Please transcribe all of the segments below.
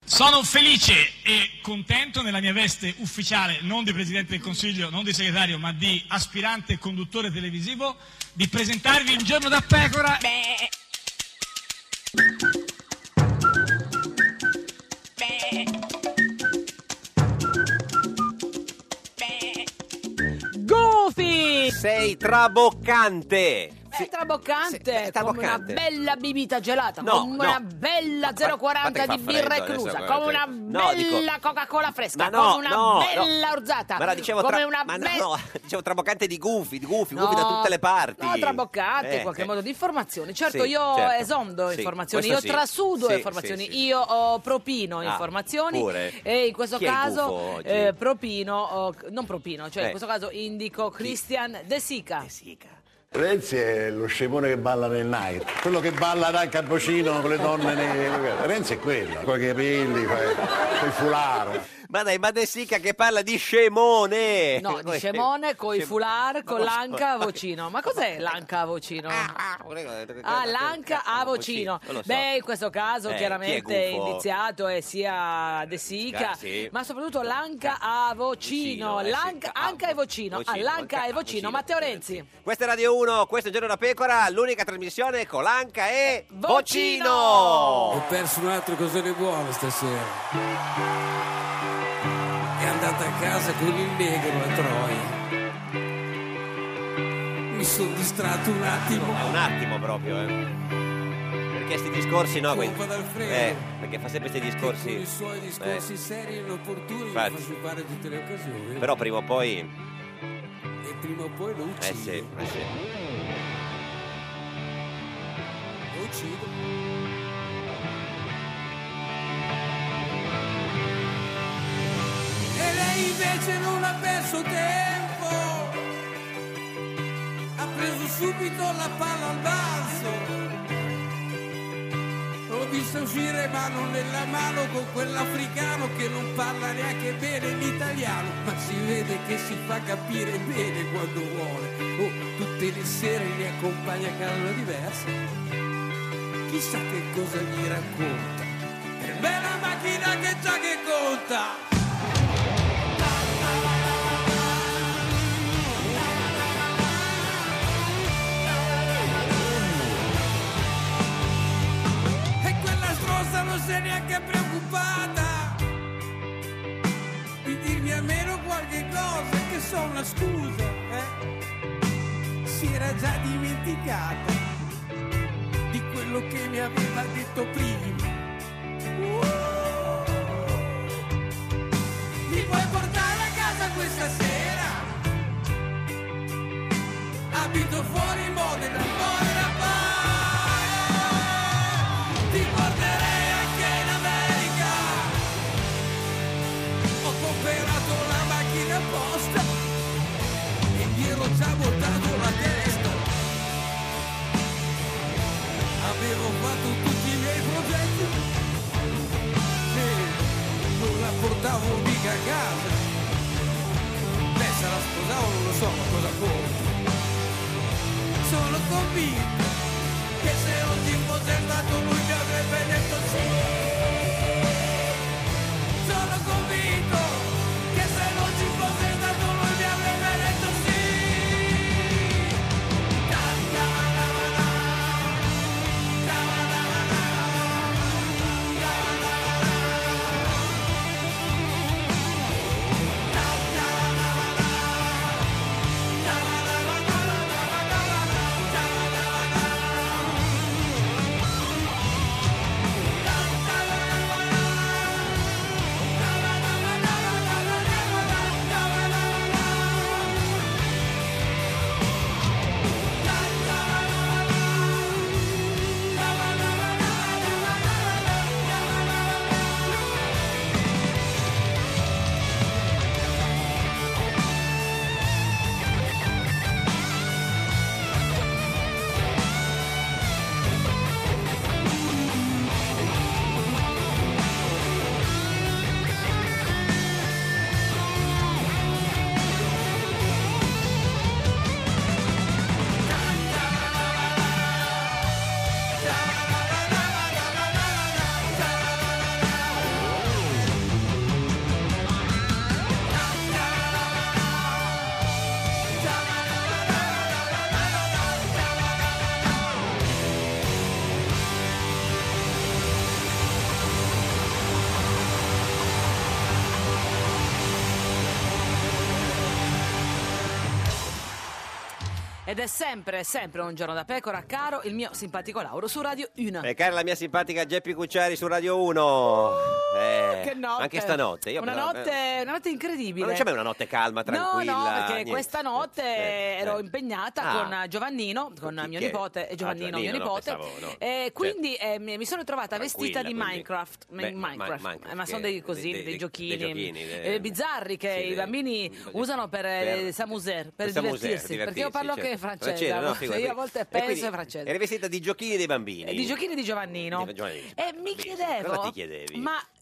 Sono felice e contento nella mia veste ufficiale, non di Presidente del Consiglio, non di segretario, ma di aspirante conduttore televisivo, di presentarvi Un giorno da pecora. Goofy! Sei traboccante! È traboccante, come una bella bibita gelata, No, come no. una bella 0,40 di birra eclusa, come una bella Coca-Cola fresca, come una bella orzata, Ma no, dicevo come una dicevo traboccante di gufi No, da tutte le parti. No, traboccante in qualche modo di informazioni. Certo, Sì, io certo. esondo Sì, informazioni, io questo sì. trasudo Sì, informazioni, sì, sì. io propino informazioni pure. e in questo Chi è il caso gufo oggi? non propino, cioè in questo caso indico Christian De Sica. De Sica. Renzi è lo scemone che balla nel night, quello che balla da Cappuccino con le donne Renzi è quello, con i capelli, con il foulard. Ma dai, ma De Sica che parla di scemone! No, di scemone, coi foulard, con l'anca a vocino. Ma cos'è l'anca a vocino? L'anca a vocino. Non lo so. Beh, in questo caso Chi è chiaramente gufo? indiziato è sia De Sica, Sì. ma soprattutto l'anca a vocino. Anca e vocino. L'anca e vocino. Matteo Renzi. Questa è Radio 1, questo è Un giorno da pecora, l'unica trasmissione con l'anca e Vocino! Ho perso un altro cosone buono stasera. È andata a casa con il negro a Troia. Mi sono distratto un attimo. Un attimo proprio, Perché sti discorsi no, Colpa d'Alfredo. perché fa sempre questi discorsi. Con i suoi discorsi seri e inopportuni mi Infatti. fa sciupare tutte le occasioni. Però prima o poi. E prima o poi lo uccido. Sì. Lo uccido. E lei invece non ha perso tempo, ha preso subito la palla al balzo. L'ho vista uscire mano nella mano con quell'africano che non parla neanche bene l'italiano, ma si vede che si fa capire bene quando vuole. Tutte le sere li accompagna a casa diversa. Chissà che cosa gli racconta. Che bella macchina che già che conta. Non si è neanche preoccupata di dirmi almeno qualche cosa, che so una scusa, si era già dimenticata di quello che mi aveva detto prima. Mi puoi portare a casa questa sera? Abito fuori Modena, ti porterei anche in America. Ho comprato la macchina apposta e mi ero già voltato la testa. Avevo fatto tutti i miei progetti e non la portavo mica a casa. Beh, se la sposavo non lo so, ma cosa conta. Sono convinto che se non ti fosse stato lui mi avrebbe detto sì. Sono convinto che se non ci fosse stato lui mi avrebbe detto sì. ed è sempre un giorno da pecora, caro il mio simpatico Lauro su Radio 1. E cara la mia simpatica Geppi Cucciari su Radio 1. Che notte. Anche stanotte. Io una notte incredibile. Ma non c'è mai una notte calma, tranquilla? No, perché niente. questa notte ero impegnata con Giovannino, con mio nipote, e Giovannino, mio nipote. No, pensavo, e quindi mi sono trovata vestita di quindi. Minecraft. Minecraft, ma sono dei giochini, dei bizzarri che sì, i bambini usano per s'amuser, per divertirsi. Perché io parlo anche francese, io a volte penso in francese. Eri vestita di giochini dei bambini. Di giochini di Giovannino. E mi chiedevo, cosa ti chiedevi?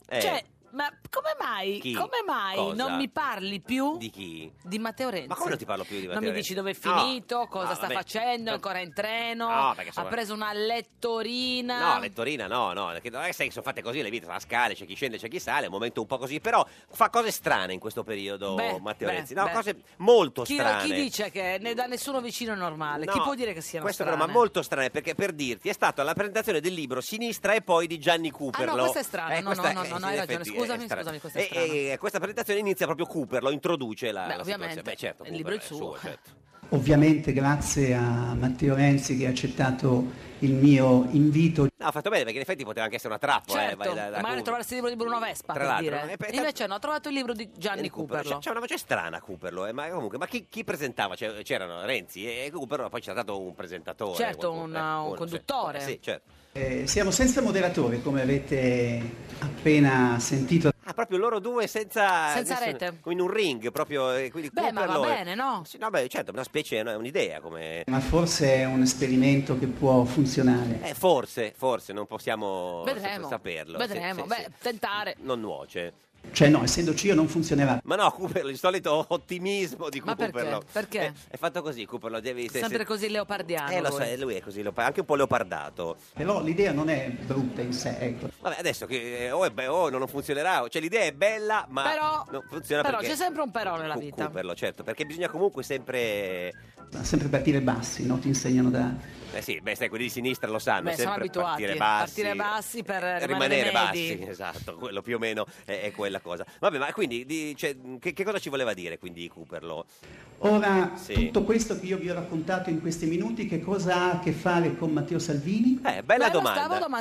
Ma come mai Cosa? non mi parli più Di chi? di Matteo Renzi? Ma come non ti parlo più di Matteo Non mi Renzi? dici dove è finito, cosa sta vabbè. facendo, è ancora in treno, No, perché ha preso una lettorina. No, lettorina no, perché non è che sono fatte così le vite, tra scale, c'è chi scende, c'è chi sale, è un momento un po' così, però fa cose strane in questo periodo Matteo Renzi, no, cose molto strane. Chi dice che da nessuno vicino è normale? No, Chi può dire che siano questo strane? però, ma molto strane, perché per dirti è stato alla presentazione del libro Sinistra e poi di Gianni Cooperlo. Ah no, questa è strana, no, hai ragione, effetti scusami, questa è strana. E questa presentazione inizia proprio Cooperlo, introduce la ovviamente, situazione. Certo, il libro è il Cooperlo suo. certo. Ovviamente grazie a Matteo Renzi che ha accettato il mio invito. No, ha fatto bene, perché in effetti poteva anche essere una trappola. Certo, magari trovarsi il libro di Bruno Vespa, tra per l'altro, dire. Invece no, ho trovato il libro di Gianni Cooperlo. C'è una voce strana Cooperlo, ma comunque, ma chi presentava? C'erano Renzi e Cooperlo, poi c'era stato un presentatore. Certo, un conduttore. Sì, certo. Siamo senza moderatore, come avete appena sentito. Ah, proprio loro due senza rete. In un ring, proprio. Quindi Beh, ma va Cooperlo bene, no? Sì, no, beh, certo, una specie, è un'idea come. Ma forse è un esperimento che può funzionare. Forse, non possiamo saperlo. Vedremo, tentare. Non nuoce. Cioè no, essendoci io non funzionerà. Ma no, Cooperlo, il solito ottimismo di Ma Cooperlo. perché? È fatto così, Cooperlo, devi Sempre così leopardiano. Lo so, lui è così, anche un po' leopardato. Però l'idea non è brutta in sé, ecco. Vabbè, adesso che non funzionerà, cioè l'idea è bella, ma non funziona però perché c'è sempre un però nella vita. Cooperlo, certo, perché bisogna comunque sempre partire bassi, no? Ti insegnano da. Sì, sai, quelli di sinistra lo sanno, sempre sono abituati partire bassi per rimanere bassi. Esatto, quello più o meno è quella cosa. Vabbè, ma quindi che cosa ci voleva dire quindi Cooperlo? Ora, tutto questo che io vi ho raccontato in questi minuti, che cosa ha a che fare con Matteo Salvini? Bella domanda.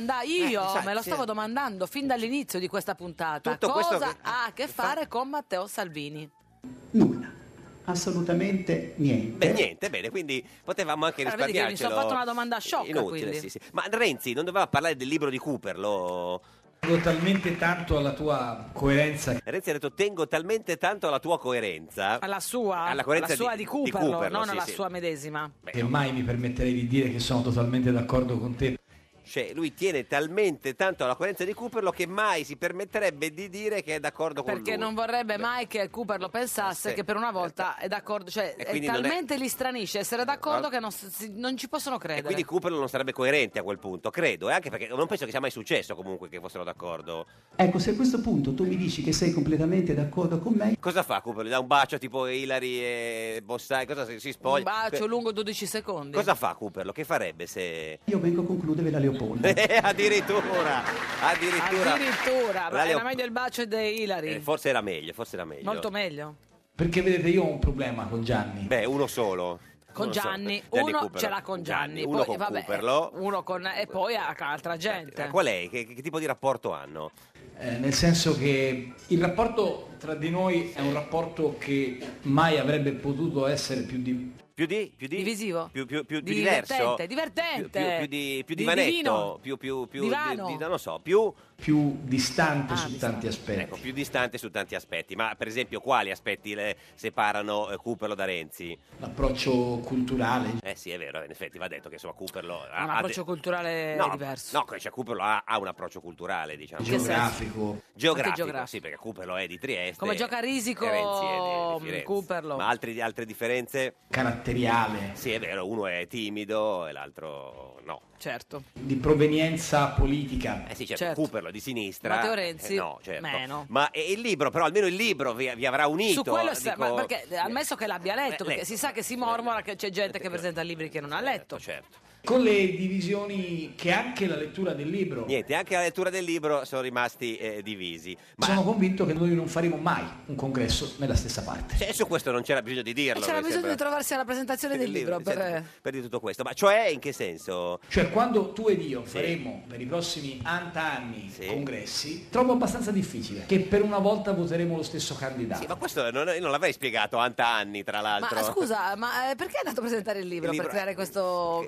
Me lo stavo domandando fin dall'inizio di questa puntata. Tutto cosa questo ha a che fare con Matteo Salvini? Nulla. Assolutamente niente. Niente, bene, quindi potevamo anche risparmiarcelo. Mi sono fatto una domanda sciocca, inutile, quindi. Sì. Ma Renzi non doveva parlare del libro di Cooperlo? Tengo talmente tanto alla tua coerenza. Renzi ha detto tengo talmente tanto alla tua coerenza. Alla sua coerenza di Cooperlo, non sì, alla sì. sua medesima. Che mai mi permetterei di dire che sono totalmente d'accordo con te. Cioè, lui tiene talmente tanto alla coerenza di Cooperlo che mai si permetterebbe di dire che è d'accordo con lui. Perché non vorrebbe mai che Cooperlo pensasse che per una volta è d'accordo. Cioè, è talmente li stranisce essere d'accordo che non ci possono credere. E quindi Cooperlo non sarebbe coerente a quel punto, credo. Anche perché non penso che sia mai successo comunque che fossero d'accordo. Ecco, se a questo punto tu mi dici che sei completamente d'accordo con me. Cosa fa Cooperlo? Gli dà un bacio tipo Hillary e Bossai? Cosa si spoglia? Un bacio lungo 12 secondi. Cosa fa Cooperlo? Che farebbe se. Io vengo a concludere la Leopolda. Addirittura. Ma era meglio il bacio di Hillary. Forse era meglio. Molto meglio. Perché vedete, io ho un problema con Gianni. Uno solo. Con Gianni, uno ce l'ha con Gianni, uno poi, con Cooperlo, uno con e poi altra gente. Qual è? Che tipo di rapporto hanno? Nel senso che il rapporto tra di noi è un rapporto che mai avrebbe potuto essere più divisivo, più diverso, divertente, più di vanetto, più non lo so, più distante su tanti aspetti. Ecco, più distante su tanti aspetti. Ma per esempio quali aspetti le separano Cooperlo da Renzi? L'approccio culturale. Sì, è vero, in effetti va detto che insomma Cooperlo ha un approccio culturale diverso. No, cioè Cooperlo ha un approccio culturale, diciamo. Geografico, sì, perché Cooperlo è di Trieste. Come gioca a risico Renzi è di Firenze. Cooperlo. Ma altre differenze? caratteriale. Sì, è vero, uno è timido e l'altro no. Certo. Di provenienza politica. Sì, certo. Cooperlo di sinistra. Matteo Renzi no, certo. meno. Ma il libro, però almeno il libro vi avrà unito. Su quello perché ammesso che l'abbia letto, perché si sa che si mormora che c'è gente che presenta libri che non ha letto. Certo. con le divisioni che anche la lettura del libro. Niente, anche la lettura del libro sono rimasti divisi. Ma Sono convinto che noi non faremo mai un congresso nella stessa parte. su questo non c'era bisogno di dirlo. C'era mi bisogno sembra. di trovarsi alla presentazione del libro per dire tutto questo. Ma cioè, in che senso? Cioè, quando tu ed io faremo per i prossimi anni congressi, trovo abbastanza difficile che per una volta voteremo lo stesso candidato. Sì, ma questo io non l'avrei spiegato anni, tra l'altro. Ma scusa, ma perché è andato a presentare il libro, per creare questo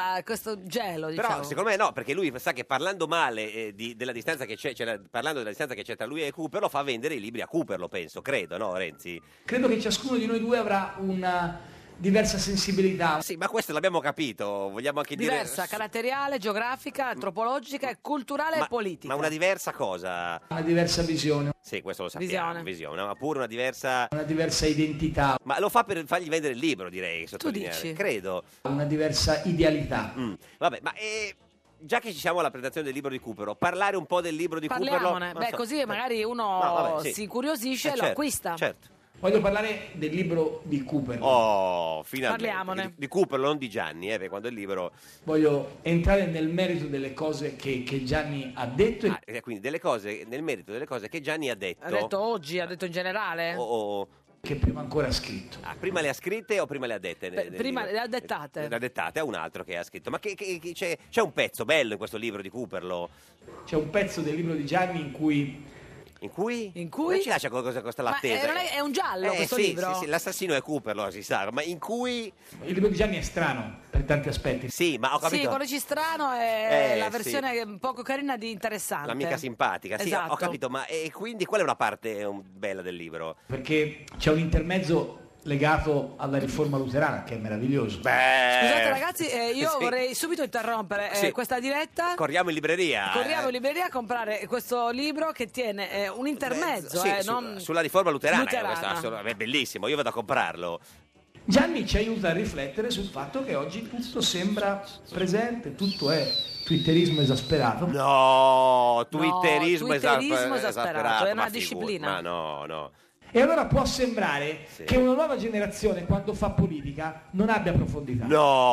gelo, diciamo? Però secondo me no, perché lui sa che parlando male della distanza che c'è, parlando della distanza che c'è tra lui e Cooper, fa vendere i libri a Cooper, lo penso, credo, no Renzi? Credo che ciascuno di noi due avrà una diversa sensibilità. Sì, ma questo l'abbiamo capito, vogliamo anche diversa, caratteriale, geografica, antropologica, culturale e politica. Ma una diversa cosa? Una diversa visione. Sì, questo lo sappiamo, visione, ma pure una diversa identità. Ma lo fa per fargli vendere il libro, direi, sottolineare. dici? Credo. Una diversa idealità. Vabbè, ma già che ci siamo alla presentazione del libro di Cooper, parlare un po' del libro di Parliamone. Cooper. Così magari uno si incuriosisce e lo acquista. Certo. Voglio parlare del libro di Cooper. Oh, finalmente. Parliamone. Di Cooper, non di Gianni, perché quando il libro... Voglio entrare nel merito delle cose che Gianni ha detto. Quindi nel merito delle cose che Gianni ha detto. Ha detto oggi, ha detto in generale? Che prima ancora ha scritto. Prima le ha scritte o prima le ha dette? Prima le ha dettate. Le ha dettate a un altro che ha scritto. Ma c'è un pezzo bello in questo libro di Cooper, C'è un pezzo del libro di Gianni in cui... In cui? Non ci lascia questa l'attesa. Ma è un giallo questo libro? Sì, l'assassino è Cooper, lo si sa, ma in cui... Il libro di Gianni è strano per tanti aspetti. Sì, ma ho capito. Sì, quello strano è la versione poco carina di Interessante. L'amica simpatica, sì, esatto. ho capito, ma e quindi qual è una parte bella del libro? Perché c'è un intermezzo legato alla riforma luterana che è meraviglioso. Scusate ragazzi, io vorrei subito interrompere questa diretta. Corriamo in libreria a comprare questo libro che tiene un intermezzo sulla riforma luterana. Questo è bellissimo, io vado a comprarlo. Gianni ci aiuta a riflettere sul fatto che oggi tutto sembra presente, tutto è twitterismo esasperato. No, twitterismo esasperato, è una disciplina. Ma no. E allora può sembrare che una nuova generazione, quando fa politica, non abbia profondità.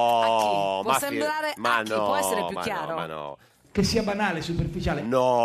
No, può sembrare a chi? Può essere più chiaro? Ma no. Che sia banale, superficiale.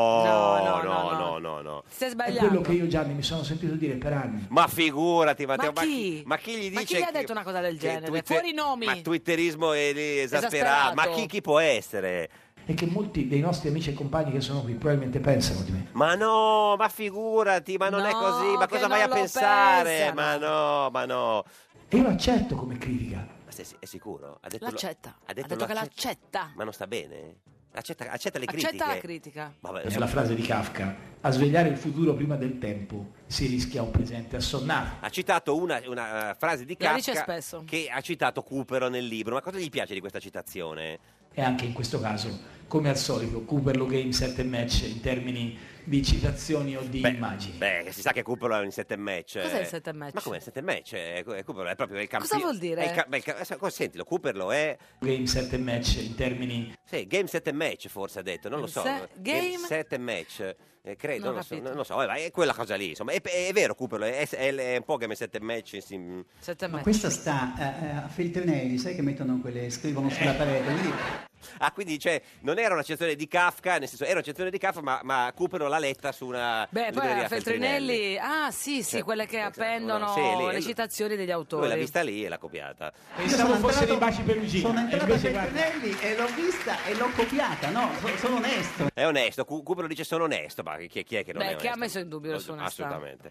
No. Stai sbagliando. È quello che io, Gianni, mi sono sentito dire per anni. Ma figurati, Ma chi? Ma chi gli dice? Ma chi gli ha detto una cosa del genere? Fuori i nomi. Ma twitterismo è esasperato. Ma chi può essere? E che molti dei nostri amici e compagni che sono qui probabilmente pensano di me. Ma no, ma figurati, ma non è così, ma cosa vai a pensare? Pensano. Ma no. E io lo accetto come critica. Ma è sicuro? L'accetta. Ha detto che l'accetta. Ma non sta bene? Accetta le critiche. Accetta la critica. Vabbè, È la frase di Kafka: a svegliare il futuro prima del tempo si rischia un presente assonnato. Ha citato una frase di La dice Kafka spesso. che ha citato Cooper nel libro. Ma cosa gli piace di questa citazione? E anche in questo caso, come al solito, Cooper lo game 7 match in termini di citazioni o di immagini. Beh, si sa che Cooper è in 7 match. Cos'è il 7 match? Ma com'è il 7 match? Cooper è proprio il campione. Cosa vuol dire? Sentilo, Cooper lo è. Game 7 match in termini... Sì, game 7 match forse ha detto, non lo so. Game 7 match. Credo, non lo so, è quella cosa lì, insomma, è vero Cooper, è un po' game 7 match. Ma questa sta a Feltrinelli, sai che scrivono sulla parete, quindi... Quindi non era una citazione di Kafka, nel senso era una citazione di Kafka, ma Cooper l'ha letta su una poi libreria Feltrinelli, quelle che appendono le citazioni degli autori. Lui l'ha vista lì e l'ha copiata. Pensavo fosse dei baci perugini. Sono entrato a Feltrinelli e l'ho vista e l'ho copiata, no? Sono onesto. È onesto, Cooper lo dice sono onesto, ma chi è che non è onesto? Chi ha messo in dubbio la sua onestà? Assolutamente.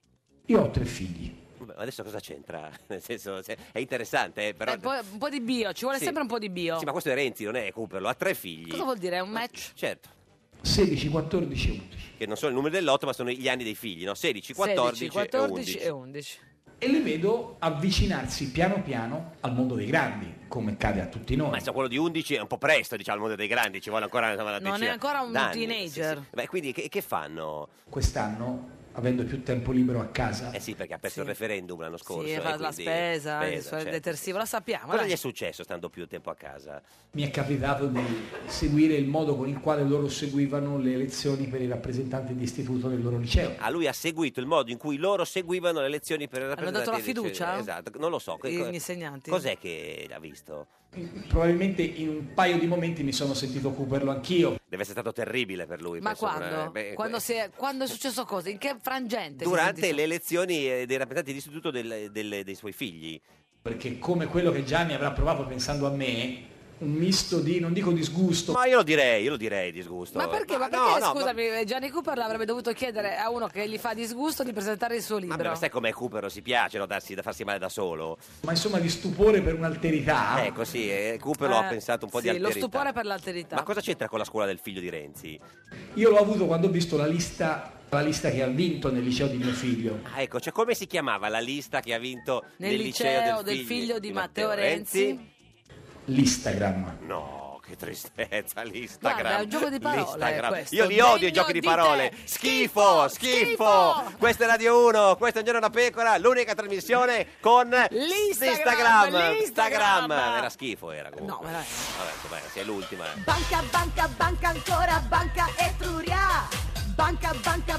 Io ho 3 figli. Adesso cosa c'entra? Nel senso, è interessante, però... Un po' di bio, ci vuole sempre un po' di bio. Sì, ma questo è Renzi, non è Cooper, lo ha 3 figli. Cosa vuol dire? È un match? Certo. 16, 14 e 11. Che non sono il numero dell'otto, ma sono gli anni dei figli, no? 16, 14 e 11. E li vedo avvicinarsi piano piano al mondo dei grandi, come accade a tutti noi. Ma quello di 11 è un po' presto, diciamo, al mondo dei grandi, ci vuole ancora una Non è ancora un teenager. Sì. Beh, quindi che fanno? Quest'anno, avendo più tempo libero a casa... Sì, perché ha perso il referendum l'anno scorso. Sì, fa la spesa, il certo. detersivo, la sappiamo. Cosa gli è successo stando più tempo a casa? Mi è capitato di seguire il modo con il quale loro seguivano le elezioni per i rappresentanti di istituto del loro liceo. Lui ha seguito il modo in cui loro seguivano le elezioni per i rappresentanti. Hanno dato la fiducia? Esatto, non lo so. Gli insegnanti? Cos'è che ha visto? Probabilmente in un paio di momenti mi sono sentito cuperlo anch'io. Deve essere stato terribile per lui. Ma penso, quando? Quando è successo cosa? In che frangente? Durante le elezioni dei rappresentanti d'istituto dei suoi figli. Perché come quello che Gianni avrà provato pensando a me, un misto di, non dico disgusto. Ma io lo direi disgusto. Ma perché? Ma perché, scusami, Gianni Cooper l'avrebbe dovuto chiedere a uno che gli fa disgusto di presentare il suo libro. Ma sai com'è Cooper? Si piace da farsi male da solo. Ma insomma di stupore per un'alterità. Ecco sì, Cooper lo ha pensato un po' di alterità. Sì, lo stupore per l'alterità. Ma cosa c'entra con la scuola del figlio di Renzi? Io l'ho avuto quando ho visto la lista che ha vinto nel liceo di mio figlio. Ah, ecco, cioè come si chiamava la lista che ha vinto nel liceo del figlio di Matteo Renzi? L'Instagram. No. Che tristezza, l'Instagram. Guarda, è un gioco di parole. Io li odio i giochi di parole. Schifo. Questa è Radio 1, questo è Un Giorno da Pecora, l'unica trasmissione con l'Instagram. Era schifo, era comunque. No, veramente. Vabbè, sì, è l'ultima. Banca ancora, Banca Etruria. Banca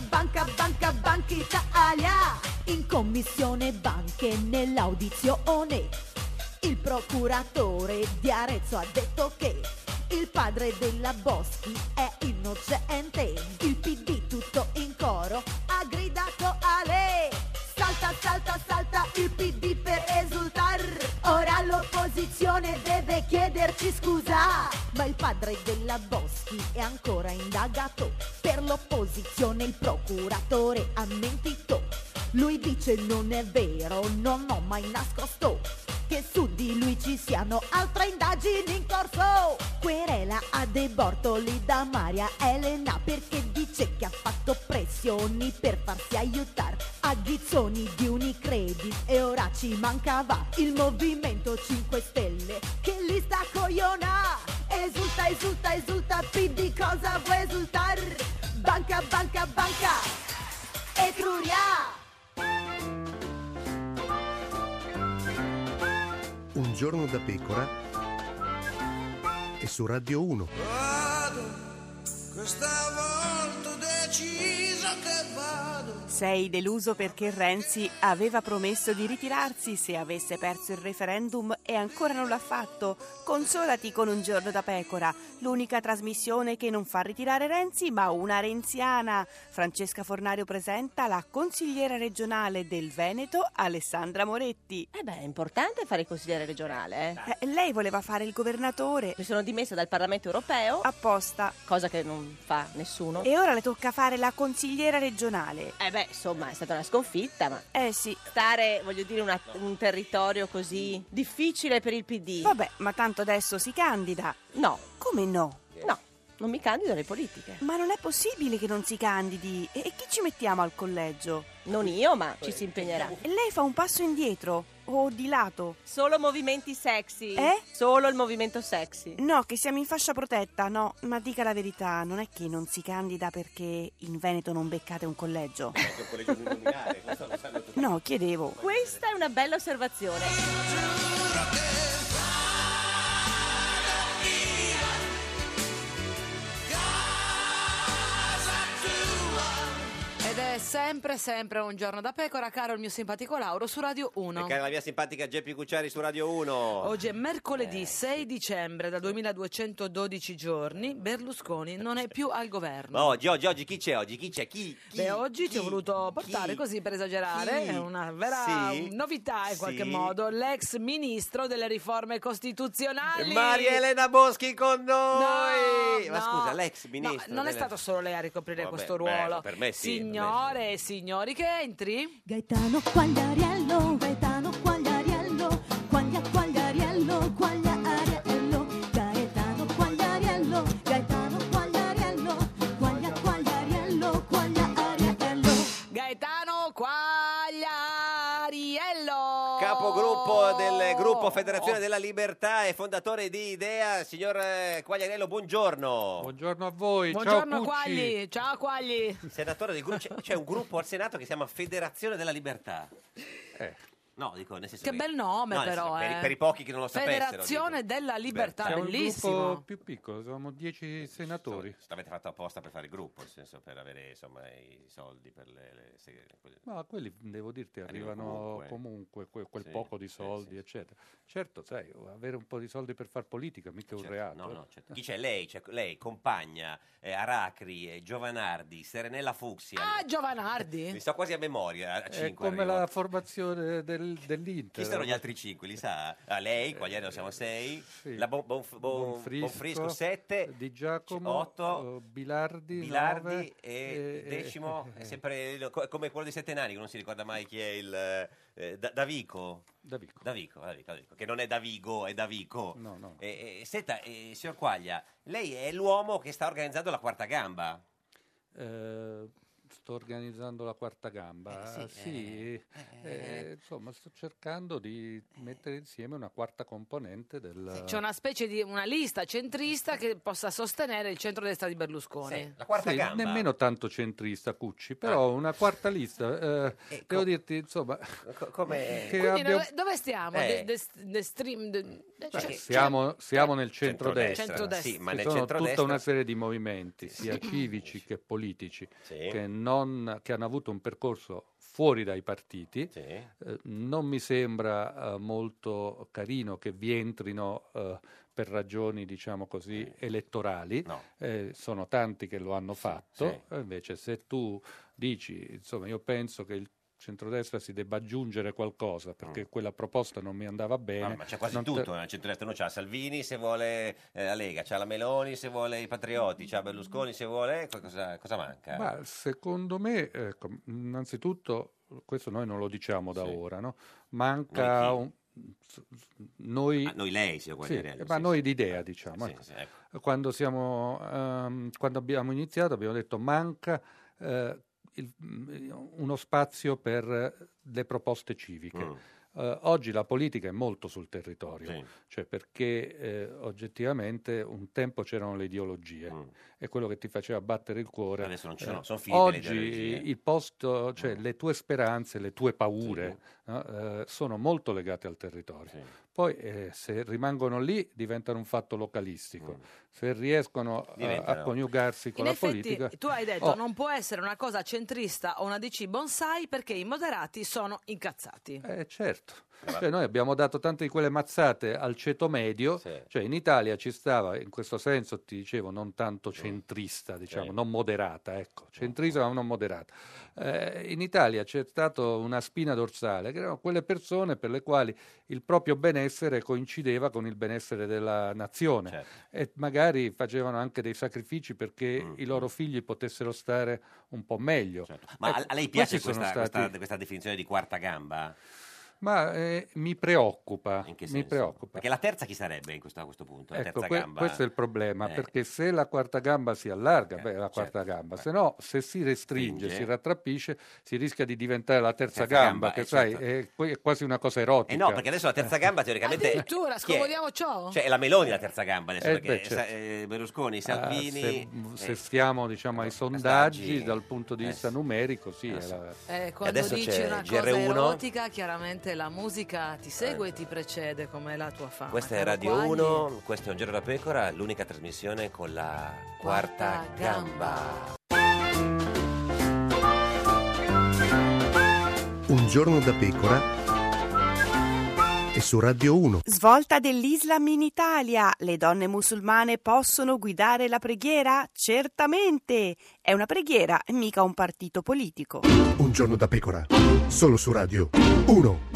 Italia. In commissione banche nell'audizione. Il procuratore di Arezzo ha detto che il padre della Boschi è innocente. Il PD tutto in coro ha gridato a lei. Salta il PD per esultar. Ora l'opposizione deve chiederci scusa. Ma il padre della Boschi è ancora indagato. Per l'opposizione il procuratore ha mentito. Lui dice non è vero, non ho mai nascosto che su di lui ci siano altre indagini in corso. Querela a De Bortoli da Maria Elena perché dice che ha fatto pressioni per farsi aiutare a ghizzoni di Unicredit e ora ci mancava il Movimento 5 Stelle che li sta cogliona. Esulta, PD cosa vuoi esultar? Banca Etruria. Un Giorno da Pecora e su Radio 1. Questa volta ho deciso che vado. Sei deluso perché Renzi aveva promesso di ritirarsi se avesse perso il referendum e ancora non l'ha fatto? Consolati con Un Giorno da Pecora, l'unica trasmissione che non fa ritirare Renzi ma una renziana. Francesca Fornario presenta la consigliera regionale del Veneto, Alessandra Moretti. È importante fare il consigliere regionale. Lei voleva fare il governatore. Mi sono dimessa dal Parlamento europeo. Apposta. Cosa che non fa nessuno. E ora le tocca fare la consigliera regionale. Insomma, è stata una sconfitta, ma... sì. Stare, voglio dire, un territorio così difficile per il PD. Vabbè, ma tanto adesso si candida. No. Come no? No, non mi candido alle politiche. Ma non è possibile che non si candidi. E chi ci mettiamo al collegio? Non io, ma ci si impegnerà. E lei fa un passo indietro o di lato? Solo movimenti sexy. Solo il movimento sexy. No, che siamo in fascia protetta, no. Ma dica la verità, non è che non si candida perché in Veneto non beccate un collegio? No, chiedevo. Questa è una bella osservazione. Ed è sempre Un Giorno da Pecora, caro il mio simpatico Lauro su Radio 1. E cara la mia simpatica Geppi Cucciari su Radio 1. Oggi è mercoledì 6 dicembre, da 2212 giorni, Berlusconi non è più al governo. Ma oggi chi c'è oggi? Chi c'è? Chi? Oggi ti ho voluto portare così per esagerare, è una vera novità in qualche modo, l'ex ministro delle riforme costituzionali. Maria Elena Boschi con noi! Ma scusa, l'ex ministro. Non è stato solo lei a ricoprire questo ruolo. Per me sì. Signore e signori, che entri? Gaetano Quagliariello, Gaetano Quagliariello, Quagliariello, Quagliariello, Gaetano Quagliariello, Gaetano Quagliariello, Quagliariello, Quagliariello. Gaetano Quagliariello. Capogruppo del gruppo Federazione della Libertà e fondatore di Idea, signor Quagliariello, buongiorno. Buongiorno a voi, Buongiorno ciao Quagli, ciao Quagli. Senatore del gruppo, c'è un gruppo al Senato che si chiama Federazione della Libertà. No, dico nel senso Che bel nome no, nel però, senso, per i pochi che non lo sapessero. Federazione della Libertà, C'è un bellissimo. gruppo più piccolo, siamo 10 senatori. L'avete fatto apposta per fare il gruppo, nel senso per avere insomma i soldi per Ma quelli, devo dirti, arrivano comunque quel Sì, poco di soldi, eccetera. Certo, sai, avere un po' di soldi per far politica mica è un reato. No, certo. Chi c'è? Lei, Compagna, Aracri, Giovanardi, Serenella Fucsia. Ah, Giovanardi. Mi sto quasi a memoria, a È 5 come la formazione dell'Inter. Chi sono gli altri 5? Li sa? Lei, Quagliariello siamo 6, sì. la Bonfrisco 7, Di Giacomo, 8, Bilardi 9, e il decimo è sempre come quello dei 7 nani, che non si ricorda mai chi è il Davico. Davico, che non è Davigo, è Davico. No. Senta, signor Quaglia, lei è l'uomo che sta organizzando la quarta gamba? Sto organizzando la quarta gamba, insomma sto cercando di mettere insieme una quarta componente del... C'è una specie di una lista centrista che possa sostenere il centrodestra di Berlusconi. La quarta Sì, gamba. nemmeno tanto centrista Cucci, però una quarta lista, devo dirti insomma... Come... Quindi dove stiamo? Siamo nel centrodestra, sì, ma ci nel sono centrodestra... tutta una serie di movimenti, sia civici che politici, che hanno avuto un percorso fuori dai partiti. Non mi sembra molto carino che vi entrino per ragioni, diciamo così, elettorali. Sono tanti che lo hanno fatto, invece se tu dici, insomma, io penso che il centrodestra si debba aggiungere qualcosa perché quella proposta non mi andava bene. Ma c'è quasi tutto nel centrodestra. Uno c'ha Salvini se vuole la Lega, c'ha la Meloni se vuole i Patrioti, c'ha Berlusconi se vuole... Cosa manca? Ma secondo me, innanzitutto, questo noi non lo diciamo da ora, no? Manca noi lei, signor Quagliariello. Ma noi l'idea, diciamo. Ecco. Quando abbiamo iniziato abbiamo detto manca uno spazio per le proposte civiche. Oggi la politica è molto sul territorio, cioè perché oggettivamente un tempo c'erano le ideologie, è quello che ti faceva battere il cuore. Adesso non ci sono, sono finite le oggi ideologie. il posto, cioè le tue speranze, le tue paure sono molto legate al territorio. Poi se rimangono lì diventano un fatto localistico, se riescono a coniugarsi con In la effetti, politica... tu hai detto non può essere una cosa centrista o una DC bonsai perché i moderati sono incazzati. Certo. Cioè noi abbiamo dato tante di quelle mazzate al ceto medio, cioè in Italia ci stava, in questo senso ti dicevo, non tanto centrista, diciamo, non moderata, ecco, centrista ma non moderata. In Italia c'è stata una spina dorsale, che erano quelle persone per le quali il proprio benessere coincideva con il benessere della nazione e magari facevano anche dei sacrifici perché i loro figli potessero stare un po' meglio. Ma Ecco, a lei piace questi sono questa definizione di quarta gamba? Ma mi preoccupa, In che mi senso? preoccupa. Perché la terza chi sarebbe a questo punto? La Ecco, terza gamba? questo è il problema, perché se la quarta gamba si allarga, la quarta gamba, se no, se si restringe, si rattrappisce, si rischia di diventare la terza gamba, che sai, è quasi una cosa erotica. No, perché adesso la terza gamba teoricamente... Addirittura, chi è? scomodiamo ciò? Cioè è la Meloni la terza gamba adesso, perché certo. Berlusconi, Salvini... se stiamo, diciamo, ai sondaggi, dal punto di vista numerico, sì. Quando adesso dici c'è una cosa GR1. erotica, chiaramente la musica ti segue e ti precede, come la tua fama. Questa è caro Radio Quagli. 1, questo è Un Giorno da Pecora, l'unica trasmissione con la quarta gamba. Un giorno da pecora e su Radio 1. Svolta dell'Islam in Italia. Le donne musulmane possono guidare la preghiera? Certamente! È una preghiera, mica un partito politico. Un giorno da pecora, solo su Radio 1.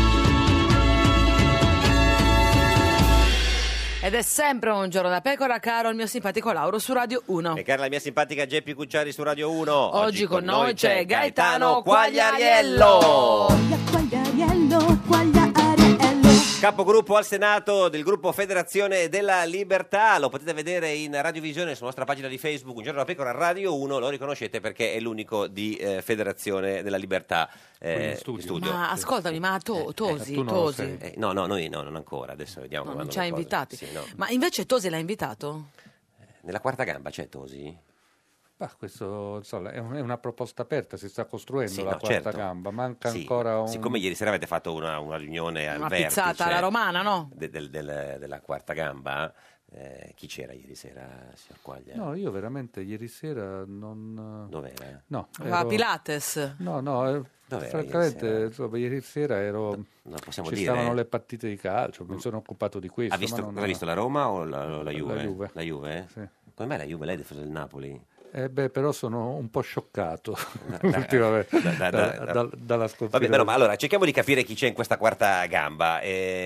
Ed è sempre Un Giorno da Pecora, caro il mio simpatico Lauro su Radio 1. E cara la mia simpatica Geppi Cucciari su Radio 1. Oggi con noi c'è Gaetano Quagliariello. Quagliariello. Capogruppo al Senato del gruppo Federazione della Libertà. Lo potete vedere in radiovisione sulla nostra pagina di Facebook Un Giorno da Pecora Radio 1. Lo riconoscete perché è l'unico di Federazione della Libertà in studio. Ma ascoltami, ma Tosi? No, noi no, non ancora. Adesso vediamo. No, come non vanno ci ha le cose. invitati. Sì, no. Ma invece Tosi l'ha invitato? Nella quarta gamba c'è Tosi? Questo insomma, è una proposta aperta, si sta costruendo Sì, la no, quarta certo. gamba, manca Sì, ancora un... Siccome ieri sera avete fatto una riunione al Una vertice pizzata alla romana, no? della quarta gamba, chi c'era ieri sera, signor Quaglia? No, io veramente ieri sera non... Dov'era? No, Va a Pilates. No, Dov'era francamente, ieri sera? insomma, ieri sera ero... possiamo ci dire? stavano le partite di calcio, mi sono occupato di questo. Ha visto, ma non... cosa ha visto, la Roma o la Juve? La Juve. La Juve? Sì. Come mai la Juve? Lei è tifosa del Napoli? Però sono un po' scioccato ultimamente dalla sconfitta. Vabbè, ma allora cerchiamo di capire chi c'è in questa quarta gamba.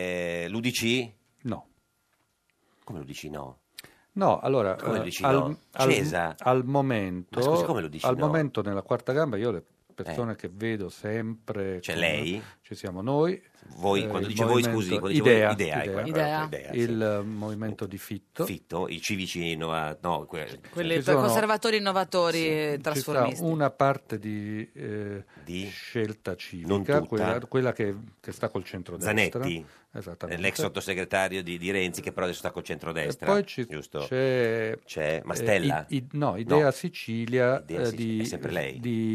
L'UDC? No. Come l'UDC no? No, allora Come l'UDC no? Cesa? al momento, Ma scusi, come l'UDC al no? momento nella quarta gamba io le persone che vedo sempre C'è lei? ci siamo noi, Voi, quando dice voi, scusi, quando dice Idea, voi, Idea. il movimento di Fitto, i civici Quelli sono- conservatori, innovatori, ci sta trasformisti. una parte di scelta Non civica, tutta? quella che sta col centrodestra. Zanetti? Esattamente. L'ex sottosegretario di Renzi, che però adesso sta col centrodestra. E poi giusto? c'è Mastella? Idea Sicilia Idea Sicilia, è sempre lei?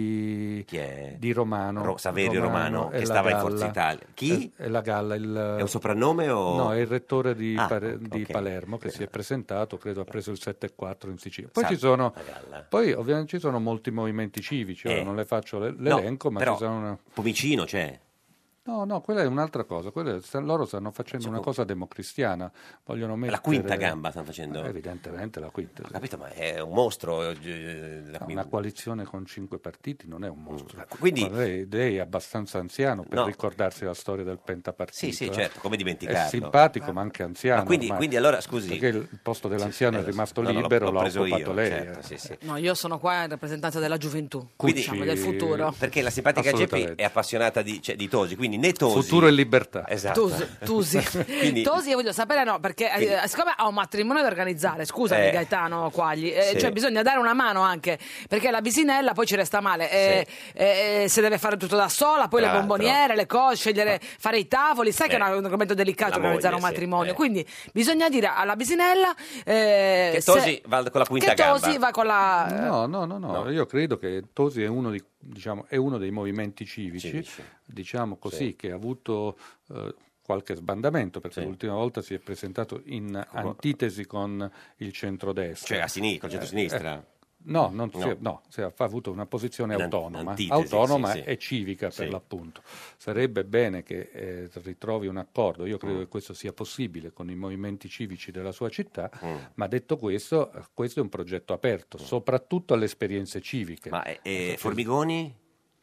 di Chi è? Romano. Saverio Romano, e che la stava in Galla. Forza Italia. Chi? È la Galla. È un soprannome o...? No, è il rettore di ok. Palermo che si è presentato, credo ha preso il 7-4 in Sicilia. Poi, La Galla. poi ovviamente ci sono molti movimenti civici, ora non le faccio l'elenco, ma però ci sono... Pomicino c'è. No, quella è un'altra cosa. Loro stanno facendo una cosa democristiana. Vogliono mettere... La quinta gamba stanno facendo? Evidentemente la quinta. Ho capito, ma è un mostro. Una coalizione con 5 partiti non è un mostro. Quindi- Ma lei è abbastanza anziano per No. ricordarsi la storia del pentapartito. Sì, certo, come dimenticarlo. È simpatico, ma anche anziano. Ma quindi ormai. allora, scusi. Perché il posto dell'anziano è rimasto No, no, libero, l'ho l'ha preso occupato io, lei. certo, sì. No, io sono qua in rappresentanza della gioventù, Quindi- diciamo, del futuro. Perché la simpatica Geppi Assolutamente. è appassionata di Tosi, quindi né Tosi... Futuro e libertà. Esatto. Tosi. Quindi- Tosi, io voglio sapere, no, perché siccome ha un matrimonio da organizzare, scusami Gaetano Quagli, Sì. cioè bisogna dare una mano anche, perché la bisinella poi ci resta male, se deve fare tutto da sola, poi Tra le l'altro. bomboniere, le cose, scegliere, fare i tavoli, sai che è un argomento delicato La organizzare moglie, un matrimonio, sì. quindi bisogna dire alla bisinella Che Tosi va con la quinta che gamba. Tosi va con la... No, io credo che Tosi è uno dei movimenti civici, diciamo così, che ha avuto qualche sbandamento, perché l'ultima volta si è presentato in antitesi con il centrodestra. Cioè a sinistra, col centro-sinistra. No, ha avuto una posizione autonoma, sì. e civica per Sì. l'appunto. Sarebbe bene che ritrovi un accordo, io credo che questo sia possibile con i movimenti civici della sua città, ma detto questo, questo è un progetto aperto, soprattutto alle esperienze civiche. Ma Formigoni?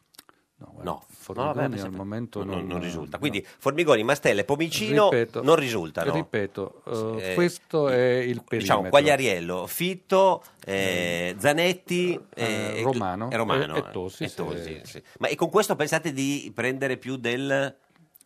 No, Formigoni al momento non risulta. Quindi Formigoni, Mastella e Pomicino non risultano. Ripeto, questo è il perimetro. Diciamo Quagliariello, Fitto, Zanetti, Romano e Tosi. sì. Ma e con questo pensate di prendere più del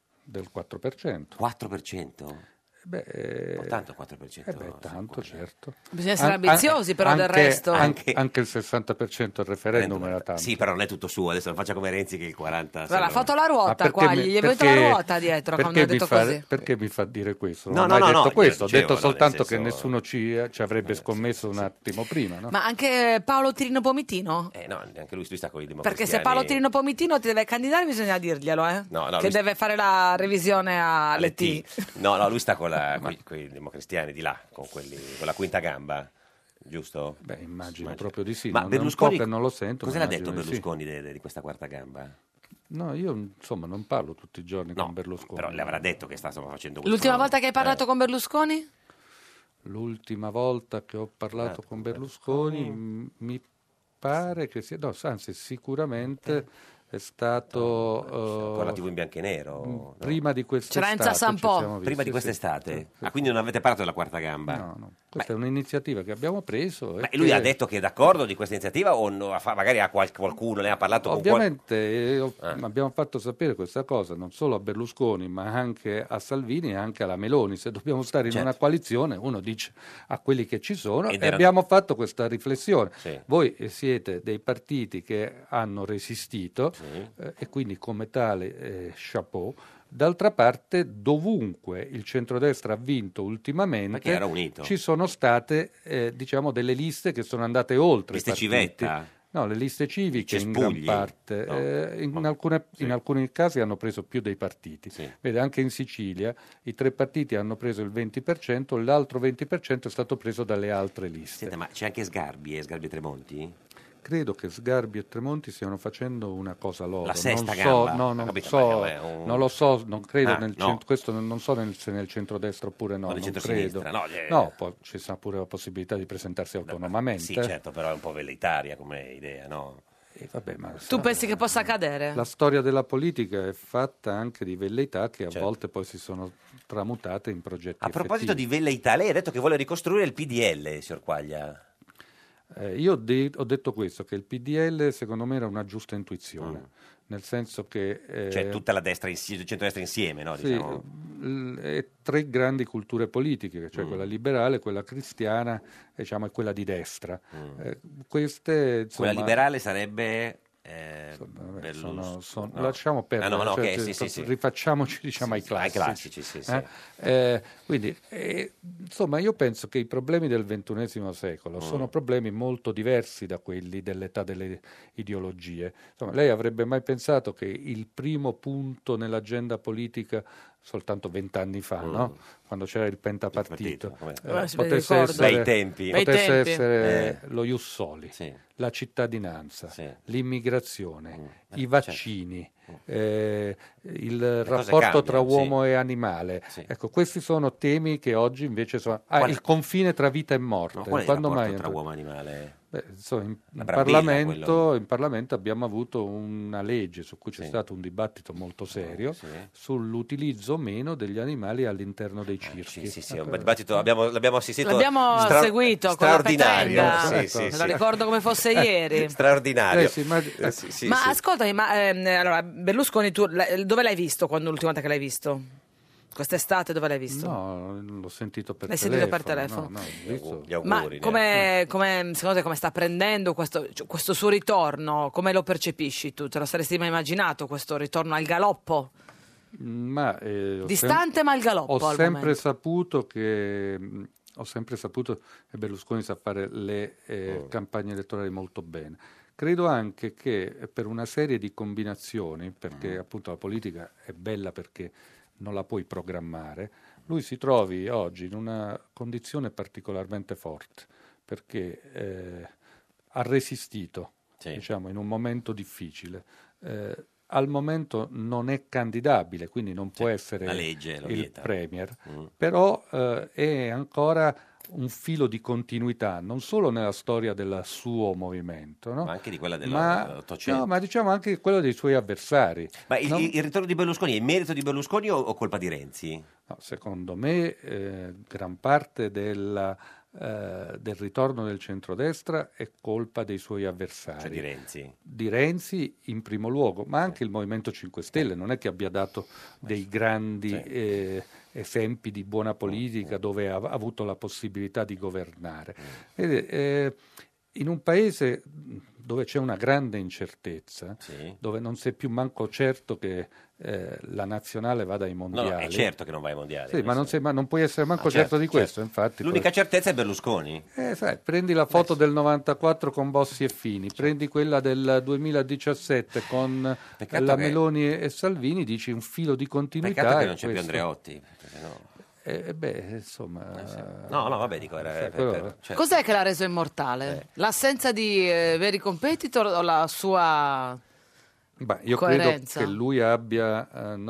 4%? 4%? Tanto 4%. Tanto, certo. Bisogna essere ambiziosi, però del resto. Anche il 60% al referendum era tanto. Sì, però non è tutto suo, adesso non faccia come Renzi che il 40%. Guarda, ha fatto la ruota qua, gli è venuta la ruota dietro quando ha detto così. Perché mi fa dire questo? No, Non ho mai detto questo, ho dicevo, detto soltanto nel senso- che nessuno ci avrebbe scommesso un attimo prima, no? Ma anche Paolo Tirino Pomitino? No, anche lui sta con i democristiani. Perché se Paolo Tirino Pomitino ti deve candidare bisogna dirglielo, No, che lui deve fare la revisione alle T. No, lui sta con i democristiani di là, con la quinta gamba, giusto? Beh, immagino proprio di sì. Ma non, Berlusconi, è un po' che non lo sento. cosa ma l'ha detto immagino di sì. Berlusconi di questa quarta gamba? No, io insomma non parlo tutti i giorni con Berlusconi. Però le avrà detto che stava facendo questo. L'ultima volta che hai parlato con Berlusconi? L'ultima volta che ho parlato con Berlusconi mi pare che sia... No, anzi, sicuramente è stato... con la TV in bianco e nero? Prima di quest'estate. Cerenza Sampo. Prima di quest'estate? Quindi non avete parlato della quarta gamba? No. Questa è un'iniziativa che abbiamo preso. Ma lui ha detto che è d'accordo di questa iniziativa o magari a qualcuno ne ha parlato Ovviamente abbiamo fatto sapere questa cosa non solo a Berlusconi ma anche a Salvini e anche alla Meloni. Se dobbiamo stare in una coalizione uno dice a quelli che ci sono e abbiamo fatto questa riflessione. Sì. Voi siete dei partiti che hanno resistito e quindi come tale chapeau. D'altra parte, dovunque il centrodestra ha vinto ultimamente, Perché era unito. ci sono state diciamo delle liste che sono andate oltre Liste i partiti. civetta? No, le liste civiche in gran Cespugli? parte, No. in alcuni casi hanno preso più dei partiti. Vede, anche in Sicilia i 3 partiti hanno preso il 20%, l'altro 20% è stato preso dalle altre liste. Senta, ma c'è anche Sgarbi e Tremonti? Credo che Sgarbi e Tremonti stiano facendo una cosa loro. La sesta non gamba? so, no, Ho non capito, so, ma è un- non lo so, non credo Ah, nel no. questo non so se nel centrodestra oppure no, O nel non centrosinistra, credo. no, ci sarà pure la possibilità di presentarsi autonomamente. Sì, certo, però è un po' velleitaria come idea, no? Vabbè, ma Tu pensi che possa accadere? la storia della politica è fatta anche di velleità che a Certo. volte poi si sono tramutate in progetti A proposito effettivi. di velleità, lei ha detto che vuole ricostruire il PDL, signor Quaglia. Io ho detto questo, che il PDL secondo me era una giusta intuizione, nel senso che... Cioè tutta la destra, il centrodestra insieme, no? Sì, Diciamo. e 3 grandi culture politiche, cioè quella liberale, quella cristiana diciamo, e quella di destra. Queste, insomma, Quella liberale sarebbe... sono- no. lasciamo perdere, Ah, no, cioè, ok, sì. rifacciamoci diciamo ai classici. Ai classici, sì. Quindi insomma io penso che i problemi del XXI secolo sono problemi molto diversi da quelli dell'età delle ideologie. Insomma, lei avrebbe mai pensato che il primo punto nell'agenda politica soltanto 20 anni fa, no? Quando c'era il pentapartito, potesse essere, Bei tempi. potesse tempi. essere lo ius soli, la cittadinanza, l'immigrazione, i vaccini, il rapporto cambiano, tra uomo e animale. Ecco, questi sono temi che oggi invece sono... il confine tra vita e morte. Ma qual è il Quando rapporto mai tra uomo e animale? Beh, insomma, in brambilla, Parlamento abbiamo avuto una legge su cui c'è stato un dibattito molto serio sull'utilizzo o meno degli animali all'interno dei circhi. Sì, un dibattito, l'abbiamo assistito. L'abbiamo seguito con la straordinario. petenda. Sì, Me la ricordo come fosse ieri. Straordinario. Ma ascoltami, allora Berlusconi tu dove l'hai visto quando l'ultima volta che l'hai visto? Quest'estate dove l'hai visto? No, l'ho sentito per L'hai telefono. sentito per telefono? No, ho visto. Gli auguri, Ma come secondo te come sta prendendo questo suo ritorno? Come lo percepisci tu? Te lo saresti mai immaginato questo ritorno al galoppo? Ma, Distante ma al galoppo ho al sempre momento. saputo che Berlusconi sa fare le campagne elettorali molto bene. Credo anche che per una serie di combinazioni, perché appunto la politica è bella perché non la puoi programmare, lui si trovi oggi in una condizione particolarmente forte, perché ha resistito, diciamo, in un momento difficile. Al momento non è candidabile, quindi non può essere la legge lo il vieta. premier, però è ancora un filo di continuità, non solo nella storia del suo movimento, no? Ma anche di quella ma dell'Ottocento. ma diciamo anche quello dei suoi avversari. Ma no? il ritorno di Berlusconi è merito di Berlusconi o colpa di Renzi? No, secondo me gran parte del ritorno del centrodestra è colpa dei suoi avversari. Cioè di Renzi? Di Renzi in primo luogo, ma anche il Movimento 5 Stelle non è che abbia dato dei grandi esempi di buona politica dove ha avuto la possibilità di governare. Vede, in un paese dove c'è una grande incertezza, dove non si è più manco certo che la nazionale vada ai mondiali. No, è certo che non va ai mondiali. Sì, ma non puoi essere manco certo di questo, infatti. L'unica certezza è Berlusconi. Sai, prendi la foto del 94 con Bossi e Fini, prendi quella del 2017 con Peccato che- Meloni e Salvini, dici un filo di continuità. Peccato che e non c'è più questo- Andreotti. perché sennò- insomma... No, vabbè, dico, era... cioè- Cos'è che l'ha reso immortale? L'assenza di veri competitor o la sua Beh, io coerenza? credo che lui abbia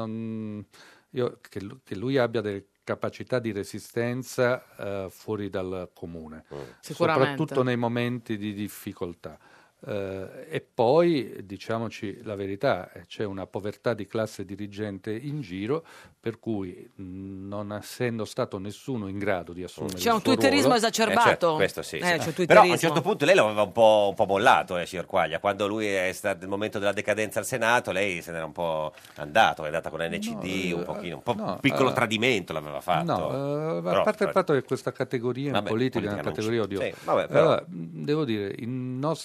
che lui abbia delle capacità di resistenza fuori dal comune, Sicuramente. soprattutto nei momenti di difficoltà. E poi, diciamoci la verità, c'è una povertà di classe dirigente in giro, per cui non essendo stato nessuno in grado di assumere C'è un il suo twitterismo ruolo, esacerbato. certo, questo sì. C'è un Però twitterismo. a un certo punto lei lo aveva un po' mollato, signor Quaglia. Quando lui è stato nel momento della decadenza al Senato, lei se n'era un po' andato, è andata con NCD, un piccolo tradimento l'aveva fatto. No, Però- a parte il fatto che questa categoria in Vabbè, politica è una non categoria c'è. odiosa. Sì, vabbè, però- Devo dire, i nostri rapporti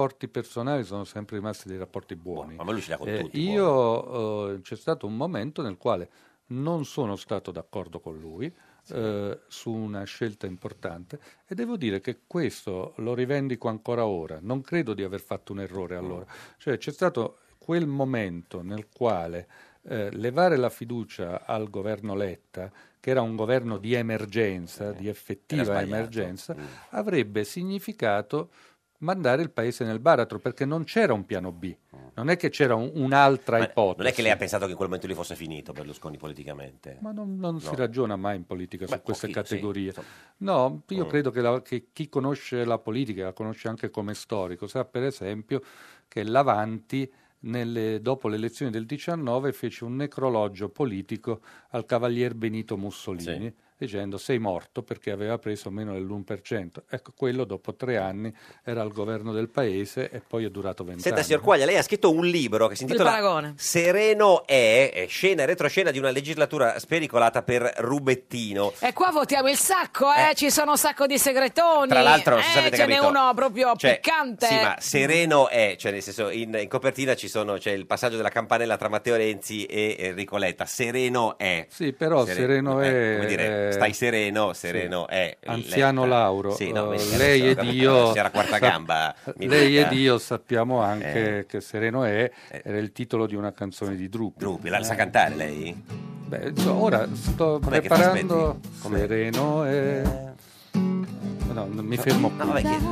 rapporti personali sono sempre rimasti dei rapporti buoni. Ma lui ce l'ha con tutti. C'è stato un momento nel quale non sono stato d'accordo con lui su una scelta importante e devo dire che questo lo rivendico ancora ora. Non credo di aver fatto un errore allora. Cioè c'è stato quel momento nel quale levare la fiducia al governo Letta, che era un governo di emergenza, di effettiva emergenza, avrebbe significato mandare il paese nel baratro, perché non c'era un piano B, non è che c'era un'altra ipotesi. Non è che lei ha pensato che in quel momento lì fosse finito Berlusconi politicamente? Ma non si ragiona mai in politica su queste categorie. Sì, no, io credo che chi conosce la politica, la conosce anche come storico, sa per esempio che l'Avanti dopo le elezioni del 19 fece un necrologio politico al cavalier Benito Mussolini, dicendo sei morto perché aveva preso meno dell'1%. Ecco, quello dopo 3 anni era al governo del paese e poi è durato 20 Senta, anni. signor Quaglia, lei ha scritto un libro che si intitola Sereno è scena e retroscena di una legislatura spericolata per Rubettino. E qua votiamo il sacco, ci sono un sacco di segretoni. Tra l'altro, non so se avete ce n'è capito, uno proprio piccante. Sì, ma sereno è, cioè nel senso, in copertina c'è il passaggio della campanella tra Matteo Renzi e Enrico Letta. Sereno è. Sì, però sereno è... come dire, stai sereno è. Anziano Letta. Lauro, Sì, no, lei ed io... Signora quarta gamba. Lei ed io sappiamo anche che Sereno era il titolo di una canzone di Drupi. La sa cantare lei? Beh, ora sto Com'è che preparando fa, Sereno è... No, non mi fermo qui.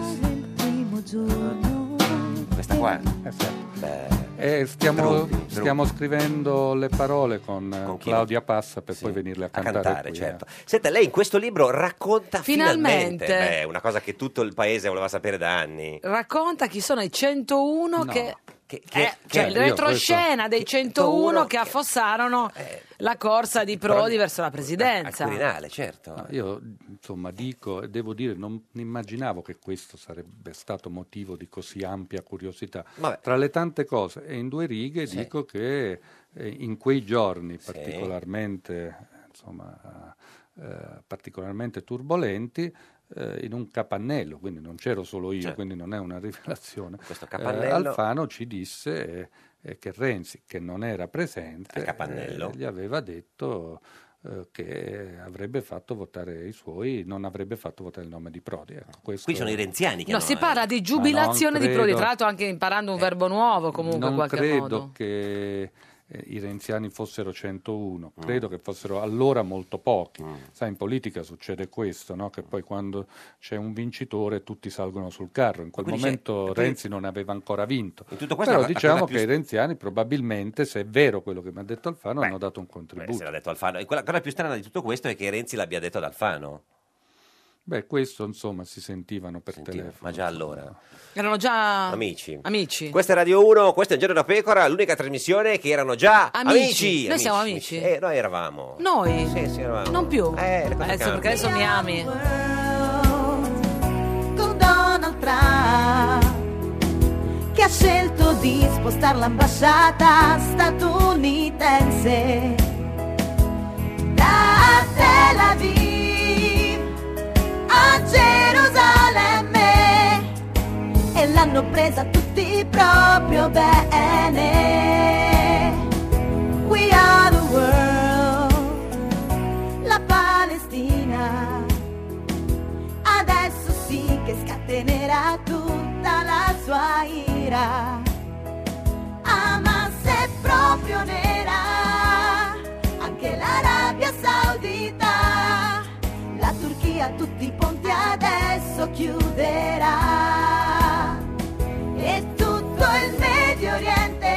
Questa qua? Stiamo scrivendo le parole con Claudia Passa per poi venirle a cantare qui, certo. Senta, lei in questo libro racconta Finalmente. una cosa che tutto il paese voleva sapere da anni. Racconta chi sono i 101 cioè il io retroscena dei 101 che affossarono la corsa di Prodi verso la presidenza. Al Quirinale, certo. No, io insomma devo dire, non immaginavo che questo sarebbe stato motivo di così ampia curiosità. Vabbè. Tra le tante cose, e in 2 righe dico che in quei giorni particolarmente turbolenti, in un capannello, quindi non c'ero solo io, quindi non è una rivelazione. Questo capannello... Alfano ci disse che Renzi, che non era presente, gli aveva detto che avrebbe fatto votare i suoi, non avrebbe fatto votare il nome di Prodi. Ecco, questo... Qui sono i renziani che si parla di giubilazione di Prodi, tra l'altro anche imparando un verbo nuovo comunque in qualche modo. Non credo che i renziani fossero 101, credo che fossero allora molto pochi. Sai, in politica succede questo, no? Che poi quando c'è un vincitore tutti salgono sul carro. In quel momento Renzi non aveva ancora vinto. Però diciamo che i renziani probabilmente, se è vero quello che mi ha detto Alfano, hanno dato un contributo. Se l'ha detto Alfano. E la cosa più strana di tutto questo è che Renzi l'abbia detto ad Alfano. Beh, questo insomma si sentivano per telefono. Ma già allora. Erano già amici. Questa è Radio 1, questo è Un Giorno da Pecora, l'unica trasmissione che erano già amici. Noi siamo amici? Noi eravamo. Noi? Sì, eravamo. Non più? Perché adesso mi ami. Con Donald Trump, che ha scelto di spostare l'ambasciata statunitense da Tel Aviv a Gerusalemme, e l'hanno presa tutti proprio bene. We are the world, la Palestina adesso sì che scatenerà tutta la sua ira. Hamas è proprio nera, anche l'Arabia Saudita, la Turchia tutti i ponti adesso chiuderà, e tutto il Medio Oriente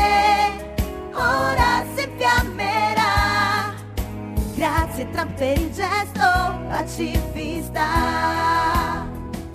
ora si infiammerà, grazie Trump per il gesto pacifista.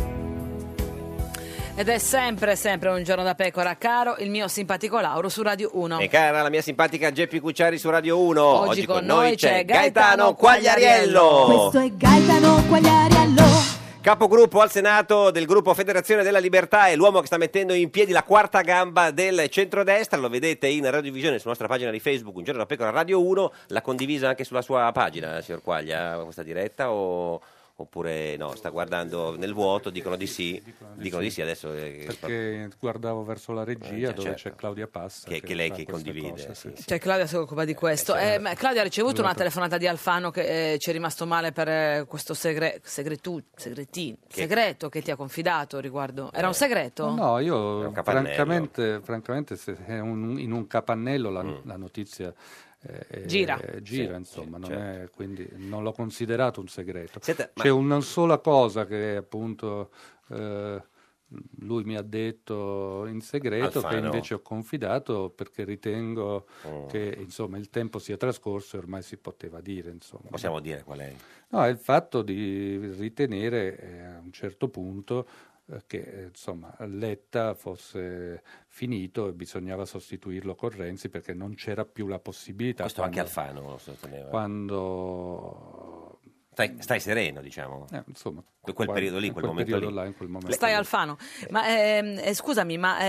Ed è sempre Un Giorno da Pecora, caro il mio simpatico Lauro su Radio 1. E cara la mia simpatica Geppi Cucciari su Radio 1. Oggi con noi c'è Gaetano Quagliariello. Questo è Gaetano Quagliariello, Capogruppo al Senato del gruppo Federazione della Libertà, è l'uomo che sta mettendo in piedi la quarta gamba del centrodestra. Lo vedete in radiovisione sulla nostra pagina di Facebook Un Giorno da Pecora Radio 1. L'ha condivisa anche sulla sua pagina, signor Quaglia, questa diretta, o oppure no, sta guardando nel vuoto, dicono di sì, adesso. Perché guardavo verso la regia dove certo. c'è Claudia Passa. Che lei che condivide. Sì. Cioè Claudia si occupa di questo. Ma Claudia ha ricevuto una telefonata di Alfano che ci è rimasto male per questo segreto che ti ha confidato riguardo. Era un segreto? No, io francamente se è in un capannello la notizia gira insomma, non è, quindi non l'ho considerato un segreto. C'è una sola cosa che appunto lui mi ha detto in segreto, Alfano. che invece ho confidato perché ritengo che insomma il tempo sia trascorso e ormai si poteva dire, insomma. Possiamo dire qual è? No, è il fatto di ritenere a un certo punto che insomma Letta fosse finito e bisognava sostituirlo con Renzi perché non c'era più la possibilità. Questo anche Alfano lo sosteneva. Quando stai sereno, diciamo. Insomma, quel periodo lì, in quel momento lì. In quel momento. Stai Alfano. Ma scusami, ma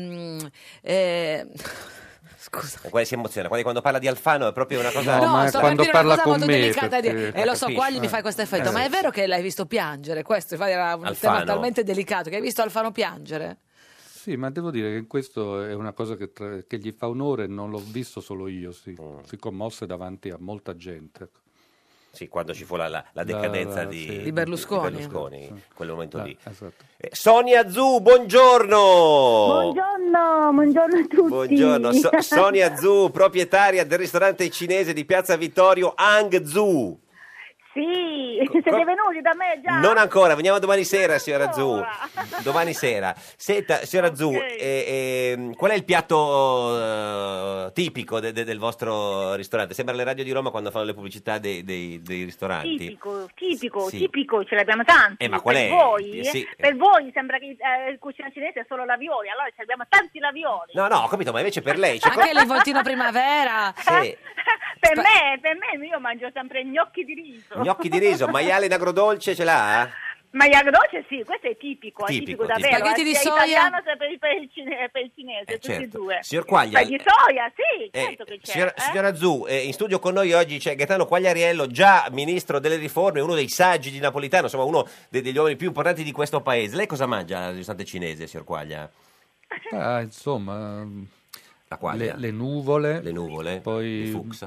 scusa. Si emoziona, quando parla di Alfano è proprio una cosa... No, ma sto quando per dire parla una cosa con molto me, delicata perché... lo so, qua gli mi fai questo effetto, ma è vero che l'hai visto piangere? Questo infatti era un Alfano. tema talmente delicato che hai visto Alfano piangere? Sì, ma devo dire che questo è una cosa che gli fa onore, non l'ho visto solo io, si commosse davanti a molta gente. Sì, quando ci fu la decadenza di Berlusconi. in quel momento lì. Esatto. Sonia Zhu, buongiorno! Buongiorno a tutti. Buongiorno, Sonia Zhu, proprietaria del ristorante cinese di Piazza Vittorio Hangzhou. Sì, siete venuti da me già? Non ancora, veniamo domani sera, signora Zhu. Domani sera. Senta, signora Zhu, qual è il piatto tipico del vostro ristorante? Sembra le radio di Roma quando fanno le pubblicità dei ristoranti. Tipico, ce l'abbiamo tanti. Ma qual è? Voi, Sì. per voi sembra che il cucina cinese è solo ravioli, allora ce abbiamo tanti ravioli. No, ho capito, ma invece per lei... Anche l'involtino primavera. Sì. Per me io mangio sempre gnocchi di riso. Gnocchi di riso, maiale in agrodolce ce l'ha? Maiale dolce sì, questo è tipico davvero. Spaghetti di sia soia? italiano sia per il cinese, tutti e Certo. due. Signor Quaglia, Di soia, sì, certo che c'è. signora Zhu, in studio con noi oggi c'è Gaetano Quagliariello, già ministro delle riforme, uno dei saggi di Napolitano, insomma uno degli uomini più importanti di questo paese. Lei cosa mangia al ristorante cinese, signor Quaglia? Insomma... Le nuvole, poi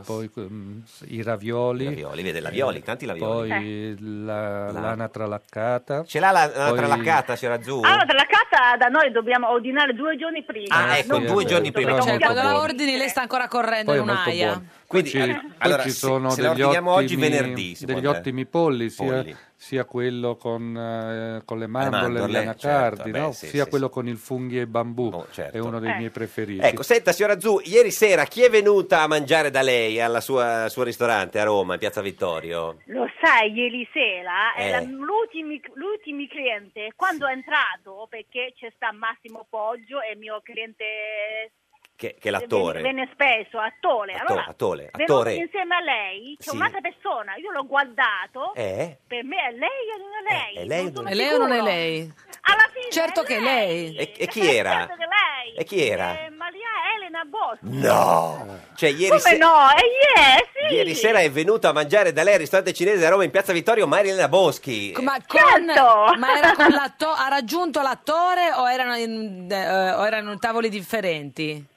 i ravioli, vede lavioli, tanti lavioli. Poi l'anatra laccata. Ce l'ha l'anatra laccata, signora Zhu? L'anatra laccata da noi dobbiamo ordinare 2 giorni prima. Ecco, 2 giorni prima. Cioè, quando la ordini lei sta ancora correndo in un'aia. Quindi, poi ci sono oggi venerdì, degli ottimi polli, sia quello con le mandorle, gli anacardi, certo, sia quello con il funghi e bambù, è uno dei miei preferiti. Ecco, senta signora Zhu, ieri sera chi è venuta a mangiare da lei al suo ristorante a Roma, in Piazza Vittorio? Lo sai, ieri sera era l'ultimo cliente, quando è entrato, perché c'è sta Massimo Poggio, è il mio cliente... Che è l'attore. Viene spesso, attore. Allora, attore. Insieme a lei c'è un'altra persona, io l'ho guardato, per me è lei o non è lei? È lei È lei o non è lei? Alla fine certo che è lei. E chi era? Certo che lei. E chi era? Maria Elena Boschi. No! Cioè ieri Come no? Sì! Ieri sera è venuto a mangiare da lei al ristorante cinese a Roma in Piazza Vittorio Maria Elena Boschi. Ma era con ha raggiunto l'attore o erano tavoli differenti?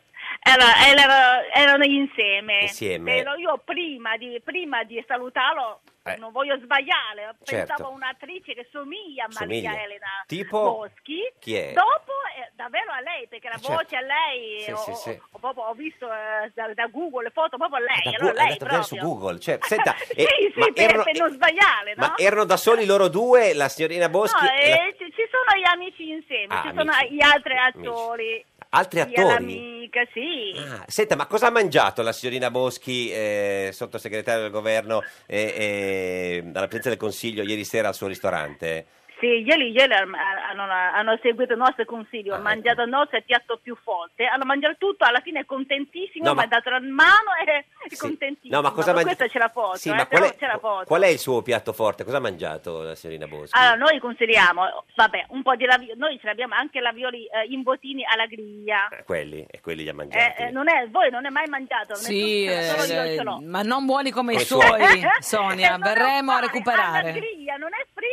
Erano insieme. Però io prima di salutarlo non voglio sbagliare, pensavo a un'attrice che somiglia a Maria Elena Boschi. Chi è? Dopo davvero a lei, perché la voce a lei ho visto da Google le foto proprio a lei. Allora lei proprio su Google, certo. Senta, per non sbagliare, no? Ma erano da soli loro due, la signorina Boschi? No, ci sono gli amici insieme, ci sono gli altri attori. Altri attori? L'amica, sì. Senta, ma cosa ha mangiato la signorina Boschi, sottosegretario del governo, alla Presidenza del Consiglio ieri sera al suo ristorante? Sì, ieri hanno seguito il nostro consiglio, hanno mangiato il nostro piatto più forte, hanno mangiato tutto, alla fine è contentissimo, mi ha dato la mano e è contentissimo. No, ma cosa questa c'è la foto, sì, ma qual è il suo piatto forte? Cosa ha mangiato la signorina Boschi? Allora, noi consideriamo, un po' di ravioli, noi ce l'abbiamo anche ravioli imbotini alla griglia. Quelli li ha mangiati. Voi non è mai mangiato? Sì, solo io ce l'ho. ma non buoni come i suoi, Sonia, verremo a recuperare. Alla griglia, non è fritto.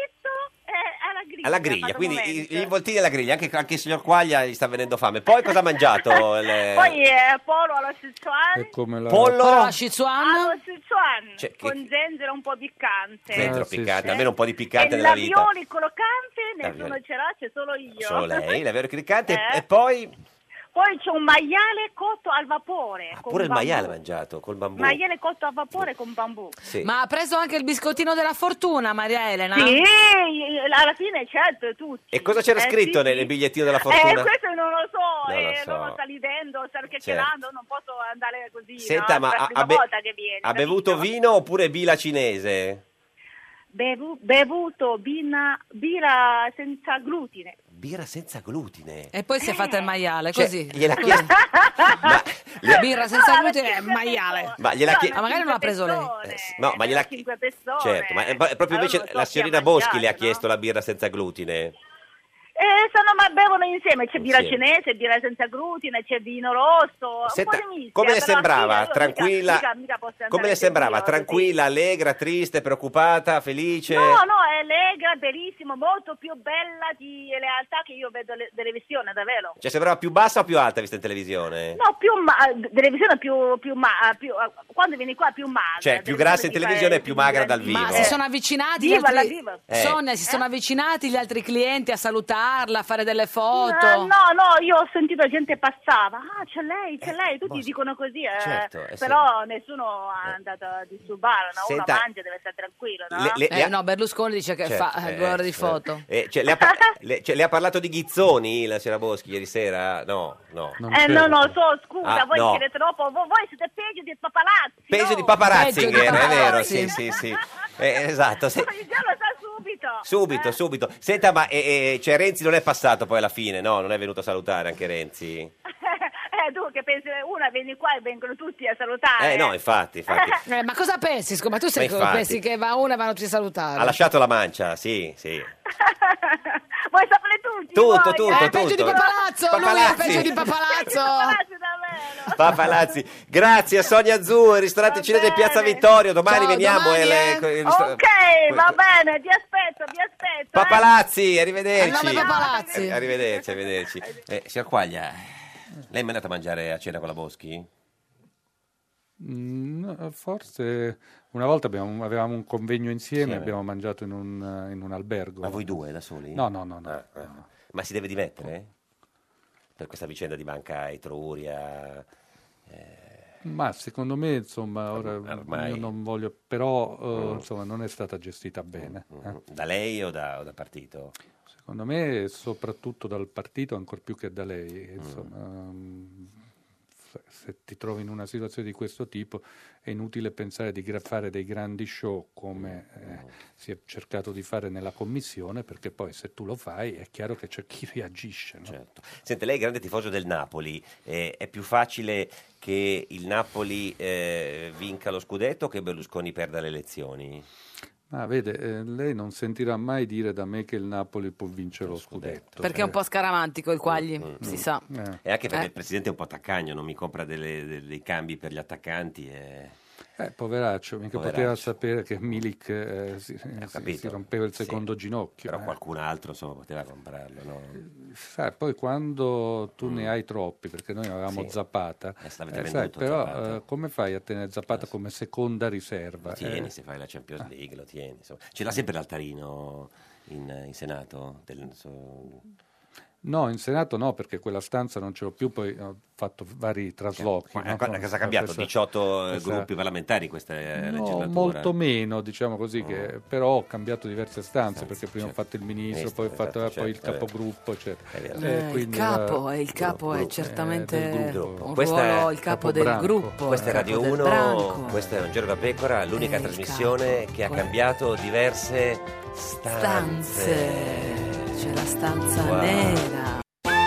Alla griglia, quindi gli involtini alla griglia, anche il signor Quaglia gli sta venendo fame. Poi cosa ha mangiato? Poi pollo alla Sichuan. Pollo alla Sichuan. Allo Sichuan, Cioè, con zenzero un po' piccante. Zenzero piccante, almeno un po' di piccante E nella vita. l'avioli croccante, nessuno L'avioli. ce l'ha, c'è solo io. Solo lei, l'avero criccante. E poi Poi c'è un maiale cotto al vapore. con pure il bambù. maiale ha mangiato col bambù. Maiale cotto al vapore con bambù. Sì. Ma ha preso anche il biscottino della fortuna, Maria Elena? Sì, alla fine certo, tutti. E cosa c'era scritto sì, nel bigliettino della fortuna? Questo non lo so, Non lo so. loro sta ridendo, sta chiacchierando, non posso andare così. Senta, no? ma È la prima volta che viene, ha bevuto vino oppure bila cinese? Bevuto birra senza glutine. Birra senza glutine? E poi si è fatta il maiale, così. Gliel'ha chiesto... Birra senza glutine e maiale. Ma gliel'ha chiesto... Ma magari non l'ha preso lei. No, ma gliel'ha 5 persone. Certo, ma è proprio invece Allora, non so la chi signorina ha Boschi le ha mangiato, chiesto la birra senza glutine. Ma bevono insieme, c'è birra Insieme. cinese, birra senza glutine, c'è vino rosso, Senta, un po' di mischia, come le però sembrava? sì, io Tranquilla? mica posso andare Come le sembrava? sicuro, Tranquilla, allegra, triste, preoccupata, felice? No, è allegra, bellissimo, molto più bella di realtà che io vedo in televisione, davvero. Cioè, sembrava più bassa o più alta vista in televisione? No, televisione più quando vieni qua più magra. Cioè, più grassa in televisione e più magra dal vivo. Ma si sono avvicinati Diva, gli la altri... diva. Sonia, si sono avvicinati gli altri clienti a salutarla, a fare delle foto? No, io ho sentito gente passava. C'è lei, tutti dicono così. Certo, però nessuno è andato a disturbare, no? Uno Senta, mangia, deve stare tranquillo, no? No, Berlusconi dice che Certo, fa 2 ore di foto. Le ha parlato di Ghizzoni la signora Boschi ieri sera? No. No, scusa, voi no. siete troppo, voi siete peggio di paparazzi. Peggio no? di paparazzi, Peggio di è vero, paparazzi. sì. Esatto. Già lo sa subito. Subito. Senta, ma cioè, Renzi non è passato poi alla fine, no? Non è venuto a salutare anche Renzi? Tu che pensi, una vieni qua e vengono tutti a salutare. No, infatti. Ma cosa pensi? Ma tu pensi che va una e vanno tutti a salutare? Ha lasciato la mancia, sì. Vuoi sapere tutti? Tutto. Peggio di Papalazzo, lui è peggio di Papalazzo. Papalazzi, grazie a Sonia Zhu, ristorante cinese Piazza Vittorio, domani Ciao, veniamo. domani, Ok, va bene, ti aspetto. Papalazzi, arrivederci. Al nome Papalazzi. Arrivederci. Signor Quaglia, lei è mai andato a mangiare a cena con la Boschi? Forse una volta avevamo un convegno insieme, abbiamo mangiato in un albergo. Ma voi due da soli? No. Ma si deve dimettere? Per questa vicenda di Banca Etruria? Ma secondo me, insomma, ora ormai... io non voglio, però insomma, non è stata gestita bene. Da lei o da partito? Secondo me, soprattutto dal partito, ancor più che da lei. Insomma, se ti trovi in una situazione di questo tipo è inutile pensare di fare dei grandi show come si è cercato di fare nella commissione, perché poi se tu lo fai è chiaro che c'è chi reagisce, no? Certo. Sente, lei è grande tifoso del Napoli, è più facile che il Napoli vinca lo scudetto o che Berlusconi perda le elezioni? Vede, lei non sentirà mai dire da me che il Napoli può vincere lo scudetto. Perché è un po' scaramantico il Quagli, si sa. E anche perché il presidente è un po' taccagno, non mi compra dei cambi per gli attaccanti. Poveraccio, mica poteva sapere che Milik si rompeva il secondo sì, ginocchio. Però qualcun altro poteva comprarlo, no? Poi quando tu ne hai troppi, perché noi avevamo Zapata, però Zapata. Come fai a tenere Zapata come seconda riserva? Lo tieni, se fai la Champions League, lo tieni. Ce l'ha sempre l'altarino in Senato? No, in Senato no, perché quella stanza non ce l'ho più, poi ho fatto vari traslochi. Cosa ha cambiato? 18 gruppi parlamentari in questa legislatura? Molto meno, diciamo così, però ho cambiato diverse stanze, perché prima ho fatto il ministro, poi ho fatto poi il capogruppo, eccetera. Il capo è certamente un Questo è ruolo, il capo del gruppo. Questa è Radio 1, questo è Un Giorno da Pecora, l'unica trasmissione che ha cambiato diverse stanze. C'è la stanza nera.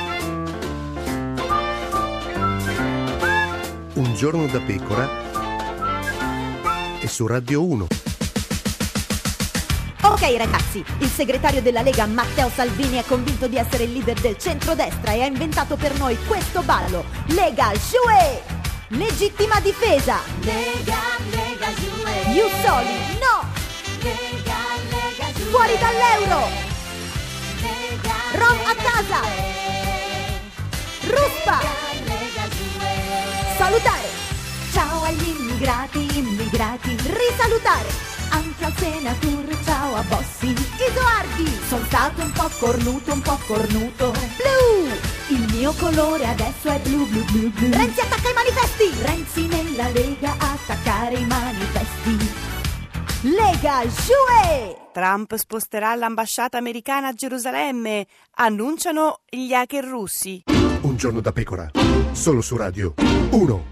Un giorno da pecora e su Radio 1. Ok ragazzi, il segretario della Lega Matteo Salvini è convinto di essere il leader del centrodestra e ha inventato per noi questo ballo. Lega Joué! Legittima difesa! Lega Joué! Ius Soli, no! Lega Joué! Fuori dall'euro! Rom a casa. Ruspa. Salutare. Ciao agli immigrati, risalutare. Anche al senatore, ciao a Bossi, Isoardi. Sono stato un po' cornuto. Blu, il mio colore adesso è blu. Renzi attacca i manifesti. Renzi nella Lega attaccare i manifesti. Lega, giù! Trump sposterà l'ambasciata americana a Gerusalemme. Annunciano gli hacker russi. Un giorno da pecora, solo su Radio 1.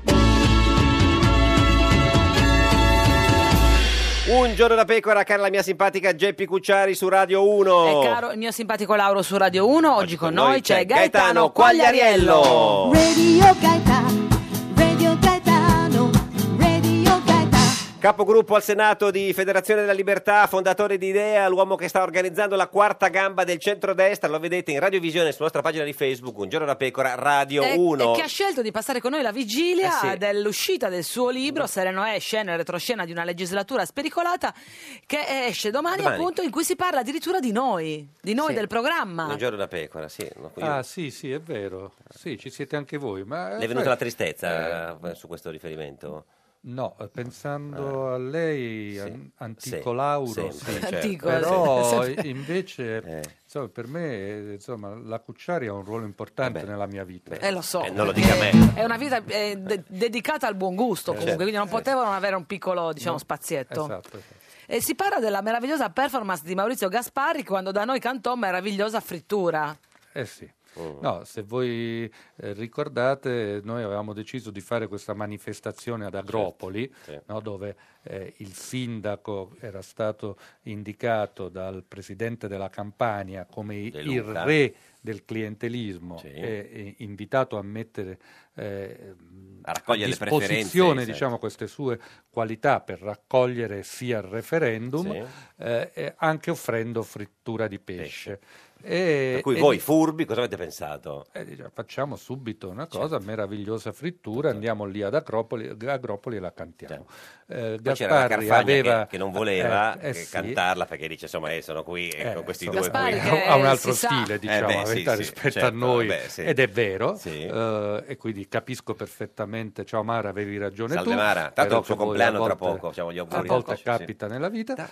Un giorno da pecora, cara la mia simpatica Geppi Cucciari su Radio 1. E caro il mio simpatico Lauro su Radio 1. Oggi con noi c'è Gaetano Quagliariello. Radio Gaetano, Radio Gaetano, Radio Gaetano. Capogruppo al Senato di Federazione della Libertà, fondatore di Idea, l'uomo che sta organizzando la quarta gamba del centrodestra, lo vedete in radiovisione sulla nostra pagina di Facebook, Un giorno da pecora, Radio 1. E che ha scelto di passare con noi la vigilia sì. dell'uscita del suo libro, Sereno è, scena e retroscena di una legislatura spericolata, che esce domani appunto, in cui si parla addirittura di noi Sì. del programma. Un giorno da pecora, sì. Sì, è vero. Sì, ci siete anche voi. Ma, Le è venuta la tristezza su questo riferimento? No, pensando a lei, antico Lauro, sì, certo. Antico, Però sì. invece insomma, per me insomma, la Cucciari ha un ruolo importante nella mia vita. Lo so. Non lo dica a me. È una vita dedicata al buon gusto comunque, certo. quindi non potevano avere un piccolo spazietto. Esatto. E si parla della meravigliosa performance di Maurizio Gasparri quando da noi cantò Meravigliosa frittura. Sì. No, se voi ricordate, noi avevamo deciso di fare questa manifestazione ad Agropoli, no, dove il sindaco era stato indicato dal presidente della Campania come il re del clientelismo e invitato a mettere a raccogliere a disposizione le preferenze, diciamo, queste sue qualità per raccogliere sia il referendum, anche offrendo frittura di pesce. Per cui voi furbi cosa avete pensato? Facciamo subito una cosa, meravigliosa frittura, andiamo lì ad Agropoli e la cantiamo. Poi c'era la Gasparri Carfagna aveva che non voleva sì. cantarla perché dice insomma sono qui con questi due Gasparri qui. che ha un altro si sa. stile, diciamo, rispetto certo, a noi, sì. ed è vero, Sì. e quindi capisco perfettamente. Ciao Mara, avevi ragione Salve tu. Mara, tanto è però il suo che voi compleanno a tra volte- poco, facciamo gli auguri. A volte Sì. capita nella vita,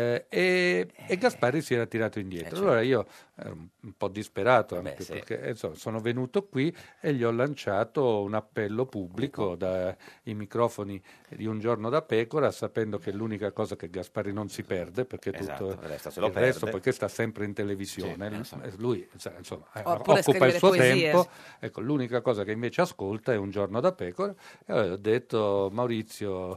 e Gasparri si era tirato indietro. Allora io ero un po' disperato anche perché insomma, sono venuto qui e gli ho lanciato un appello pubblico dai microfoni di Un giorno da pecora, sapendo che è l'unica cosa che Gasparri non si perde, perché Esatto, tutto il resto se lo il resto, perde. poiché sta sempre in televisione, lui insomma, Oppure occupa il scrivere suo poesie. tempo. Ecco, l'unica cosa che invece ascolta è Un giorno da pecora, e allora ho detto Maurizio,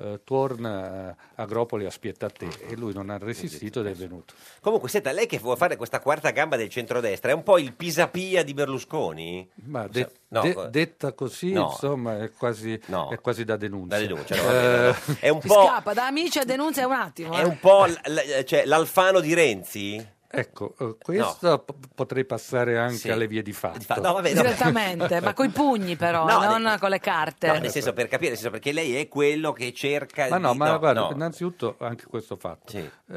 torna a Agropoli, aspetta a te, e lui non ha resistito ed è venuto. Comunque, senta, lei che vuole fare questa quarta gamba del centrodestra è un po' il Pisapia di Berlusconi? Ma detta così, no. insomma, è quasi da denuncia. Da denuncia, no, è un Si po', scappa da amici a denunzia un attimo. è un po' cioè, l'Alfano di Renzi? Ecco, questo potrei passare anche alle vie di fatto. No, vabbè, no. Direttamente, ma coi pugni però, No, non con le carte. No, nel senso, per capire, nel senso, perché lei è quello che cerca Ma no, di... ma guarda, no. innanzitutto anche questo fatto.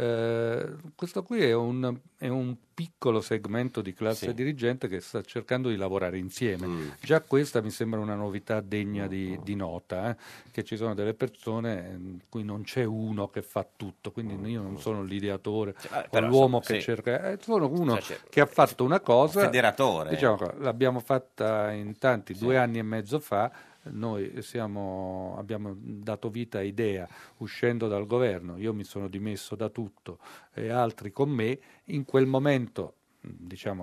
Questo qui è un piccolo segmento di classe dirigente che sta cercando di lavorare insieme. Già questa mi sembra una novità degna di nota, che ci sono delle persone in cui non c'è uno che fa tutto, quindi io non sono l'ideatore o però, l'uomo sì. che cerca, sono uno che ha fatto una cosa, federatore. diciamo, l'abbiamo fatta in tanti, 2 anni e mezzo fa. Noi abbiamo dato vita a Idea uscendo dal governo, io mi sono dimesso da tutto e altri con me. In quel momento, diciamo,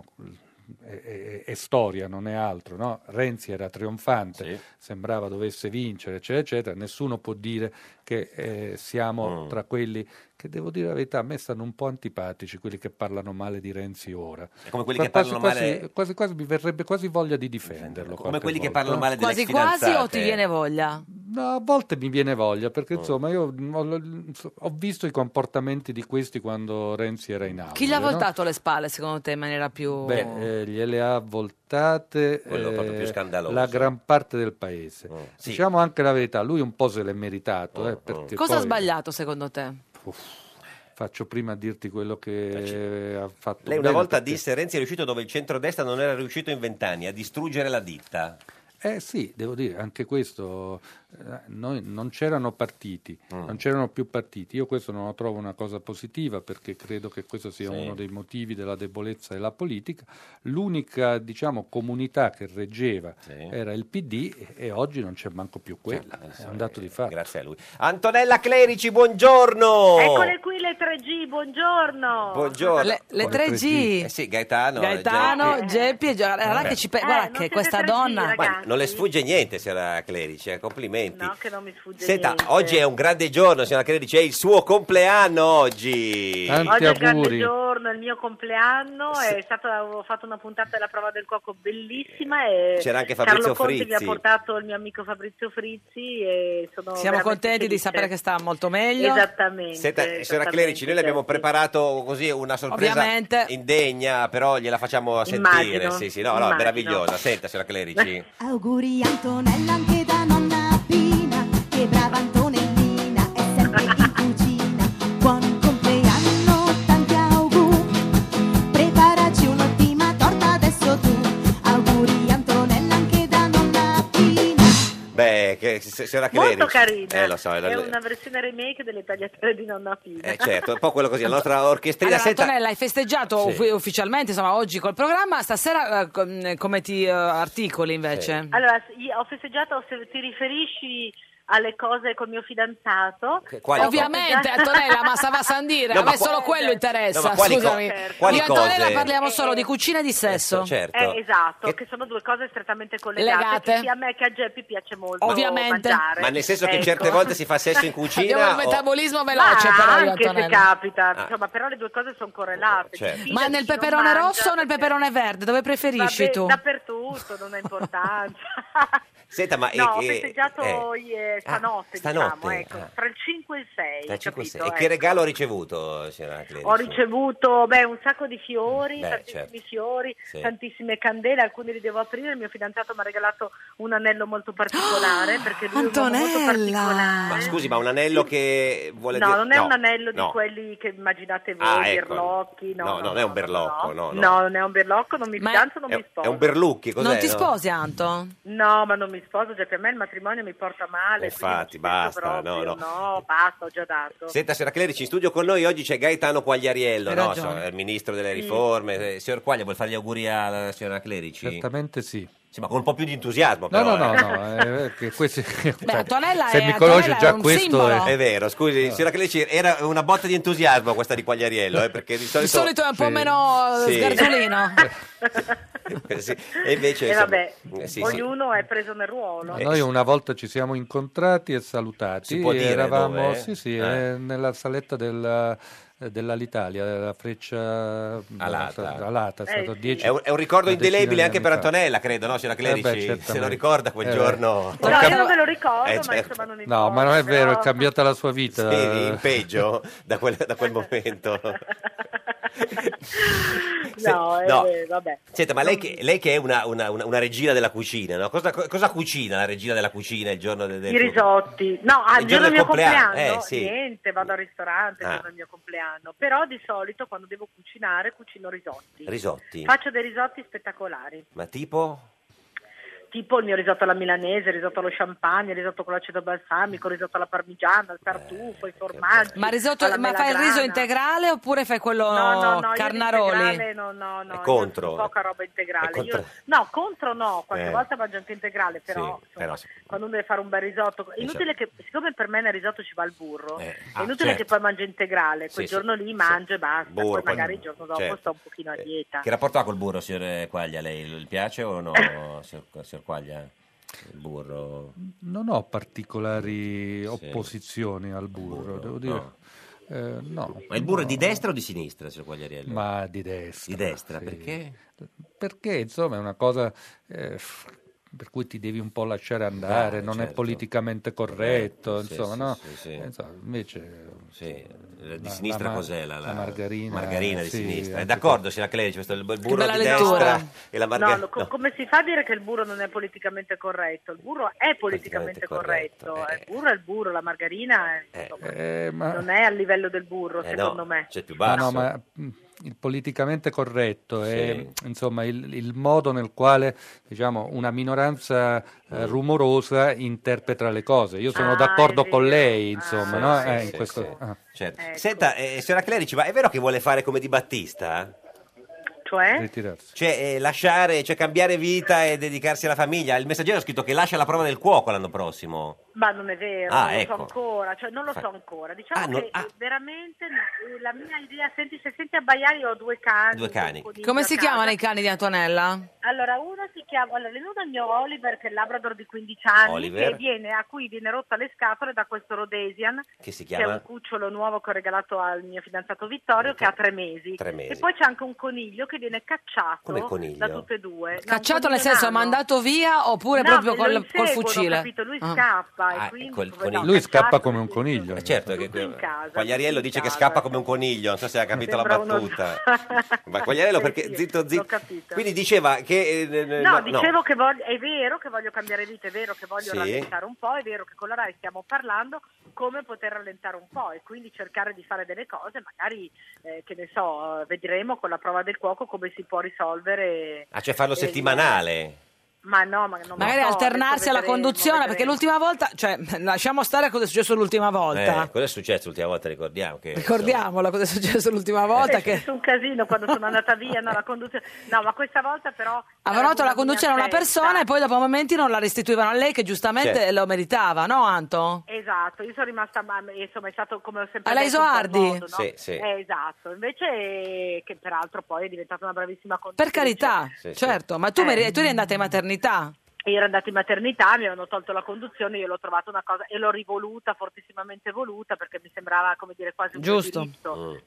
è storia, non è altro, no? Renzi era trionfante, sembrava dovesse vincere, eccetera, eccetera. Nessuno può dire che siamo tra quelli che, devo dire la verità, a me stanno un po' antipatici quelli che parlano male di Renzi ora. È come quelli che parlano male... Quasi mi verrebbe quasi voglia di difenderlo. Come quelli che volta. parlano male delle Quasi fidanzate. quasi o ti viene voglia? No, a volte mi viene voglia, perché insomma io ho visto i comportamenti di questi quando Renzi era in aula. Chi gli ha no? voltato le spalle secondo te in maniera più... Gliele ha voltate Quello proprio più scandaloso. la gran parte del paese. Sì. Diciamo anche la verità, lui un po' se l'è meritato. Perché Cosa ha poi- sbagliato secondo te? faccio prima a dirti quello che ha fatto. Lei una bene, volta perché- disse Renzi è riuscito dove il centrodestra non era riuscito in 20 anni, a distruggere la ditta. Sì, devo dire, anche questo, noi non c'erano partiti, non c'erano più partiti. Io questo non lo trovo una cosa positiva, perché credo che questo sia uno dei motivi della debolezza della politica. L'unica, diciamo, comunità che reggeva era il PD e oggi non c'è manco più quella, è un dato di fatto. Grazie a lui. Antonella Clerici, buongiorno! Eccole qui le 3G, buongiorno. Buongiorno. Le 3G. Sì, Gaetano. Geppi, guarda che guarda che questa donna... Ma non le sfugge niente, signora Clerici, complimenti. No, che non mi sfugge Senta, niente. oggi è un grande giorno, signora Clerici, è il suo compleanno oggi. Oggi è il grande giorno, è il mio compleanno, avevo fatto una puntata della prova del cuoco bellissima e C'era anche Fabrizio Carlo Conti mi ha Frizzi. portato il mio amico Fabrizio Frizzi e Siamo veramente contenti di felice. sapere che sta molto meglio. Esattamente. Senta, signora Clerici, noi le abbiamo preparato così una sorpresa Ovviamente. indegna, però gliela facciamo sentire. Immagino, Sì, no, è immagino. meravigliosa. Senta, signora Clerici. Auguri Antonella anche da nonna Pina, che brava Antonellina è sempre in cucina. Buon compleanno, tanti auguri, preparaci un'ottima torta adesso tu. Auguri Antonella anche da nonna Pina. Beh, signora Clerici. Molto carina, Lo so, è una versione remake delle tagliatelle di nonna Pina. certo, un po' quello così, la nostra orchestrina. Allora, Senta, Antonella, hai festeggiato ufficialmente, insomma, oggi col programma. Stasera come ti articoli invece? Allora, ho festeggiato, se ti riferisci alle cose col mio fidanzato. Ovviamente, Antonella, ma stava a Sandire, No, a ma me solo quello interessa, no, ma quali scusami. quali Io e Antonella cose? parliamo solo di cucina e di sesso. certo. Esatto, che sono due cose strettamente collegate, Legate. che sia a me che a Geppi piace molto Ovviamente. mangiare. Ma nel senso che Ecco. certe volte si fa sesso in cucina? Abbiamo il o- metabolismo veloce, però io, anche se Antonella. capita, Ah. insomma, però le due cose sono correlate. Certo. Fidati, Ma nel chi non peperone mangia, rosso o nel peperone verde? Dove preferisci vabbè, tu? dappertutto, non ha importanza. Senta, ma No, ho festeggiato stanotte, stanotte, diciamo, ecco, tra il 5 e il 6. Tra 5 e capito? 6. E che Ecco. regalo ha ricevuto, signora Clerici? Ho ricevuto un sacco di fiori, Beh, tantissimi certo. fiori, Sì. tantissime candele, alcuni li devo aprire. Il mio fidanzato mi ha regalato un anello molto particolare, perché lui è un uomo molto particolare. Ma scusi, ma un anello che vuole No, dire... non è un anello di no. quelli che immaginate voi, Ah, ecco. berlocchi. No, non è un berlocco, no. No, non è un berlocco, non mi fidanzo, non mi È sposo. un berlucchi, cos'è? Non ti no? sposi, Anto? No, ma non mi sposo, già per me il matrimonio mi porta male. Infatti, basta, no. No, basta, ho già dato. Senta, signora Clerici, in studio con noi oggi c'è Gaetano Quagliariello, Hai no? ragione. Il ministro delle riforme. Signor Quaglia, vuol fare gli auguri alla signora Clerici? Certamente sì. Sì, ma con un po' più di entusiasmo, No, però. no, che questi, Antonella se è- mi conosci Antonella è già un questo simbolo. è... È vero, scusi, signora Clerici, era una botta di entusiasmo questa di Quagliariello, perché di Di solito... solito è un po' meno Sì. sgarzolino. Sì, e invece... E insomma, vabbè, sì. ognuno è preso nel ruolo. Noi una volta ci siamo incontrati e salutati. Si può dire Eravamo dove? sì, nella saletta dell'Alitalia, della Freccia Alata, è stato 10 È un ricordo una decina indelebile di anche anni per fa. Antonella, credo, no, signora Clerici? certamente. Se lo ricorda quel giorno... No, io non me lo ricordo, ma certo. insomma non No, ma non è vero, però- è cambiata la sua vita. Sì, in peggio da quel momento. No, no. vabbè. Senta, ma lei che è una regina della cucina, no? Cosa cucina la regina della cucina il giorno del I risotti. No, il il giorno del mio compleanno, sì. niente, vado al ristorante il Ah. giorno del mio compleanno. Però di solito quando devo cucinare cucino risotti. Risotti? Faccio dei risotti spettacolari. Ma tipo? Tipo il mio risotto alla milanese, il risotto allo champagne, il risotto con l'aceto balsamico, il risotto alla parmigiana, il tartufo, i formaggi. Ma risotto, alla ma fai il riso melagrana. integrale oppure fai quello No, io Carnaroli? l'integrale no, È contro. io poca roba integrale. È contro. Contro no, qualche Eh. volta mangio anche integrale, però, Sì, insomma, però quando uno deve fare un bel risotto, è inutile che, siccome per me nel risotto ci va il burro, è inutile certo. che poi mangio integrale, quel Sì, giorno lì mangio e basta, Burro, poi magari poi- il giorno dopo certo. sto un pochino a dieta. Che rapporto ha col burro, signor Quaglia? Lei il piace o no, signor Quaglia? Il burro? Non ho particolari opposizioni al burro, devo dire. No. Ma il burro è di destra o di sinistra, signor Quagliariello? Ma di destra. Di destra, sì. perché? Perché insomma è una cosa per cui ti devi un po' lasciare andare, non è politicamente corretto, Sì, insomma, sì, no? sì, sì. Insomma, invece di sinistra cos'è? La margarina di sì, sinistra. È anche d'accordo, signora Clerici, questo è il burro bella di lettura. destra e la margarina... No, come si fa a dire che il burro non è politicamente corretto? Il burro è politicamente corretto. Il burro è il burro, la margarina non è a livello del burro, secondo me. C'è più basso. Ma il politicamente corretto è insomma il modo nel quale, diciamo, una minoranza rumorosa interpreta le cose. Io sono d'accordo con lei, insomma, no? In questo... Certo. Senta, signora Clerici, ma è vero che vuole fare come Di Battista? Cioè? Cioè lasciare, cioè cambiare vita e dedicarsi alla famiglia. Il Messaggero ha scritto che lascia la prova del cuoco l'anno prossimo. Ma non è vero, Ah, non lo ecco. so ancora, cioè non lo so ancora. Diciamo che veramente la mia idea, se senti abbaiare, io ho due cani. Come si chiamano i cani di Antonella? Allora, uno si chiama, il mio Oliver, che è il Labrador di 15 anni, Oliver. a cui viene rotta le scatole da questo Rhodesian, Che si che è chiama? un cucciolo nuovo che ho regalato al mio fidanzato Vittorio, che ha 3 mesi. 3 mesi. E poi c'è anche un coniglio che viene cacciato Come coniglio? da tutte e due. Cacciato nel senso mandato via oppure No, proprio lo col inseguono, fucile? capito? Lui scappa e quindi Lui scappa come un coniglio. Certo, Quagliariello dice che scappa come un coniglio, non so se ha capito Sembra la uno- battuta. Ma Quagliariello perché zitto. Quindi diceva che dicevo che è vero che voglio cambiare vita, è vero che voglio Sì. rallentare un po', è vero che con la RAI stiamo parlando come poter rallentare un po' e quindi cercare di fare delle cose, magari che ne so, vedremo con la prova del cuoco come si può risolvere. cioè farlo settimanale. Ma no, ma non Magari lo so, alternarsi adesso alla vedremo, conduzione, perché l'ultima volta, cioè, lasciamo stare cosa è successo l'ultima volta. Cosa è successo l'ultima volta? Ricordiamo che Ricordiamola cosa è successo l'ultima volta. È successo un casino quando sono andata via, la conduzione. No, ma questa volta però Avevano dato la conduzione a una persona e poi dopo momenti non la restituivano a lei, che giustamente Certo. lo meritava, no Anto? Esatto, io sono rimasta, insomma è stato come ho sempre Alla detto un po' Isoardi? il modo, no? Sì. Esatto, invece che peraltro poi è diventata una bravissima Per conduttrice. carità, certo, ma tu eri andata in maternità? Io ero andata in maternità, mi avevano tolto la conduzione, io l'ho trovata una cosa e l'ho rivoluta, fortissimamente voluta, perché mi sembrava, come dire, quasi un Giusto. diritto.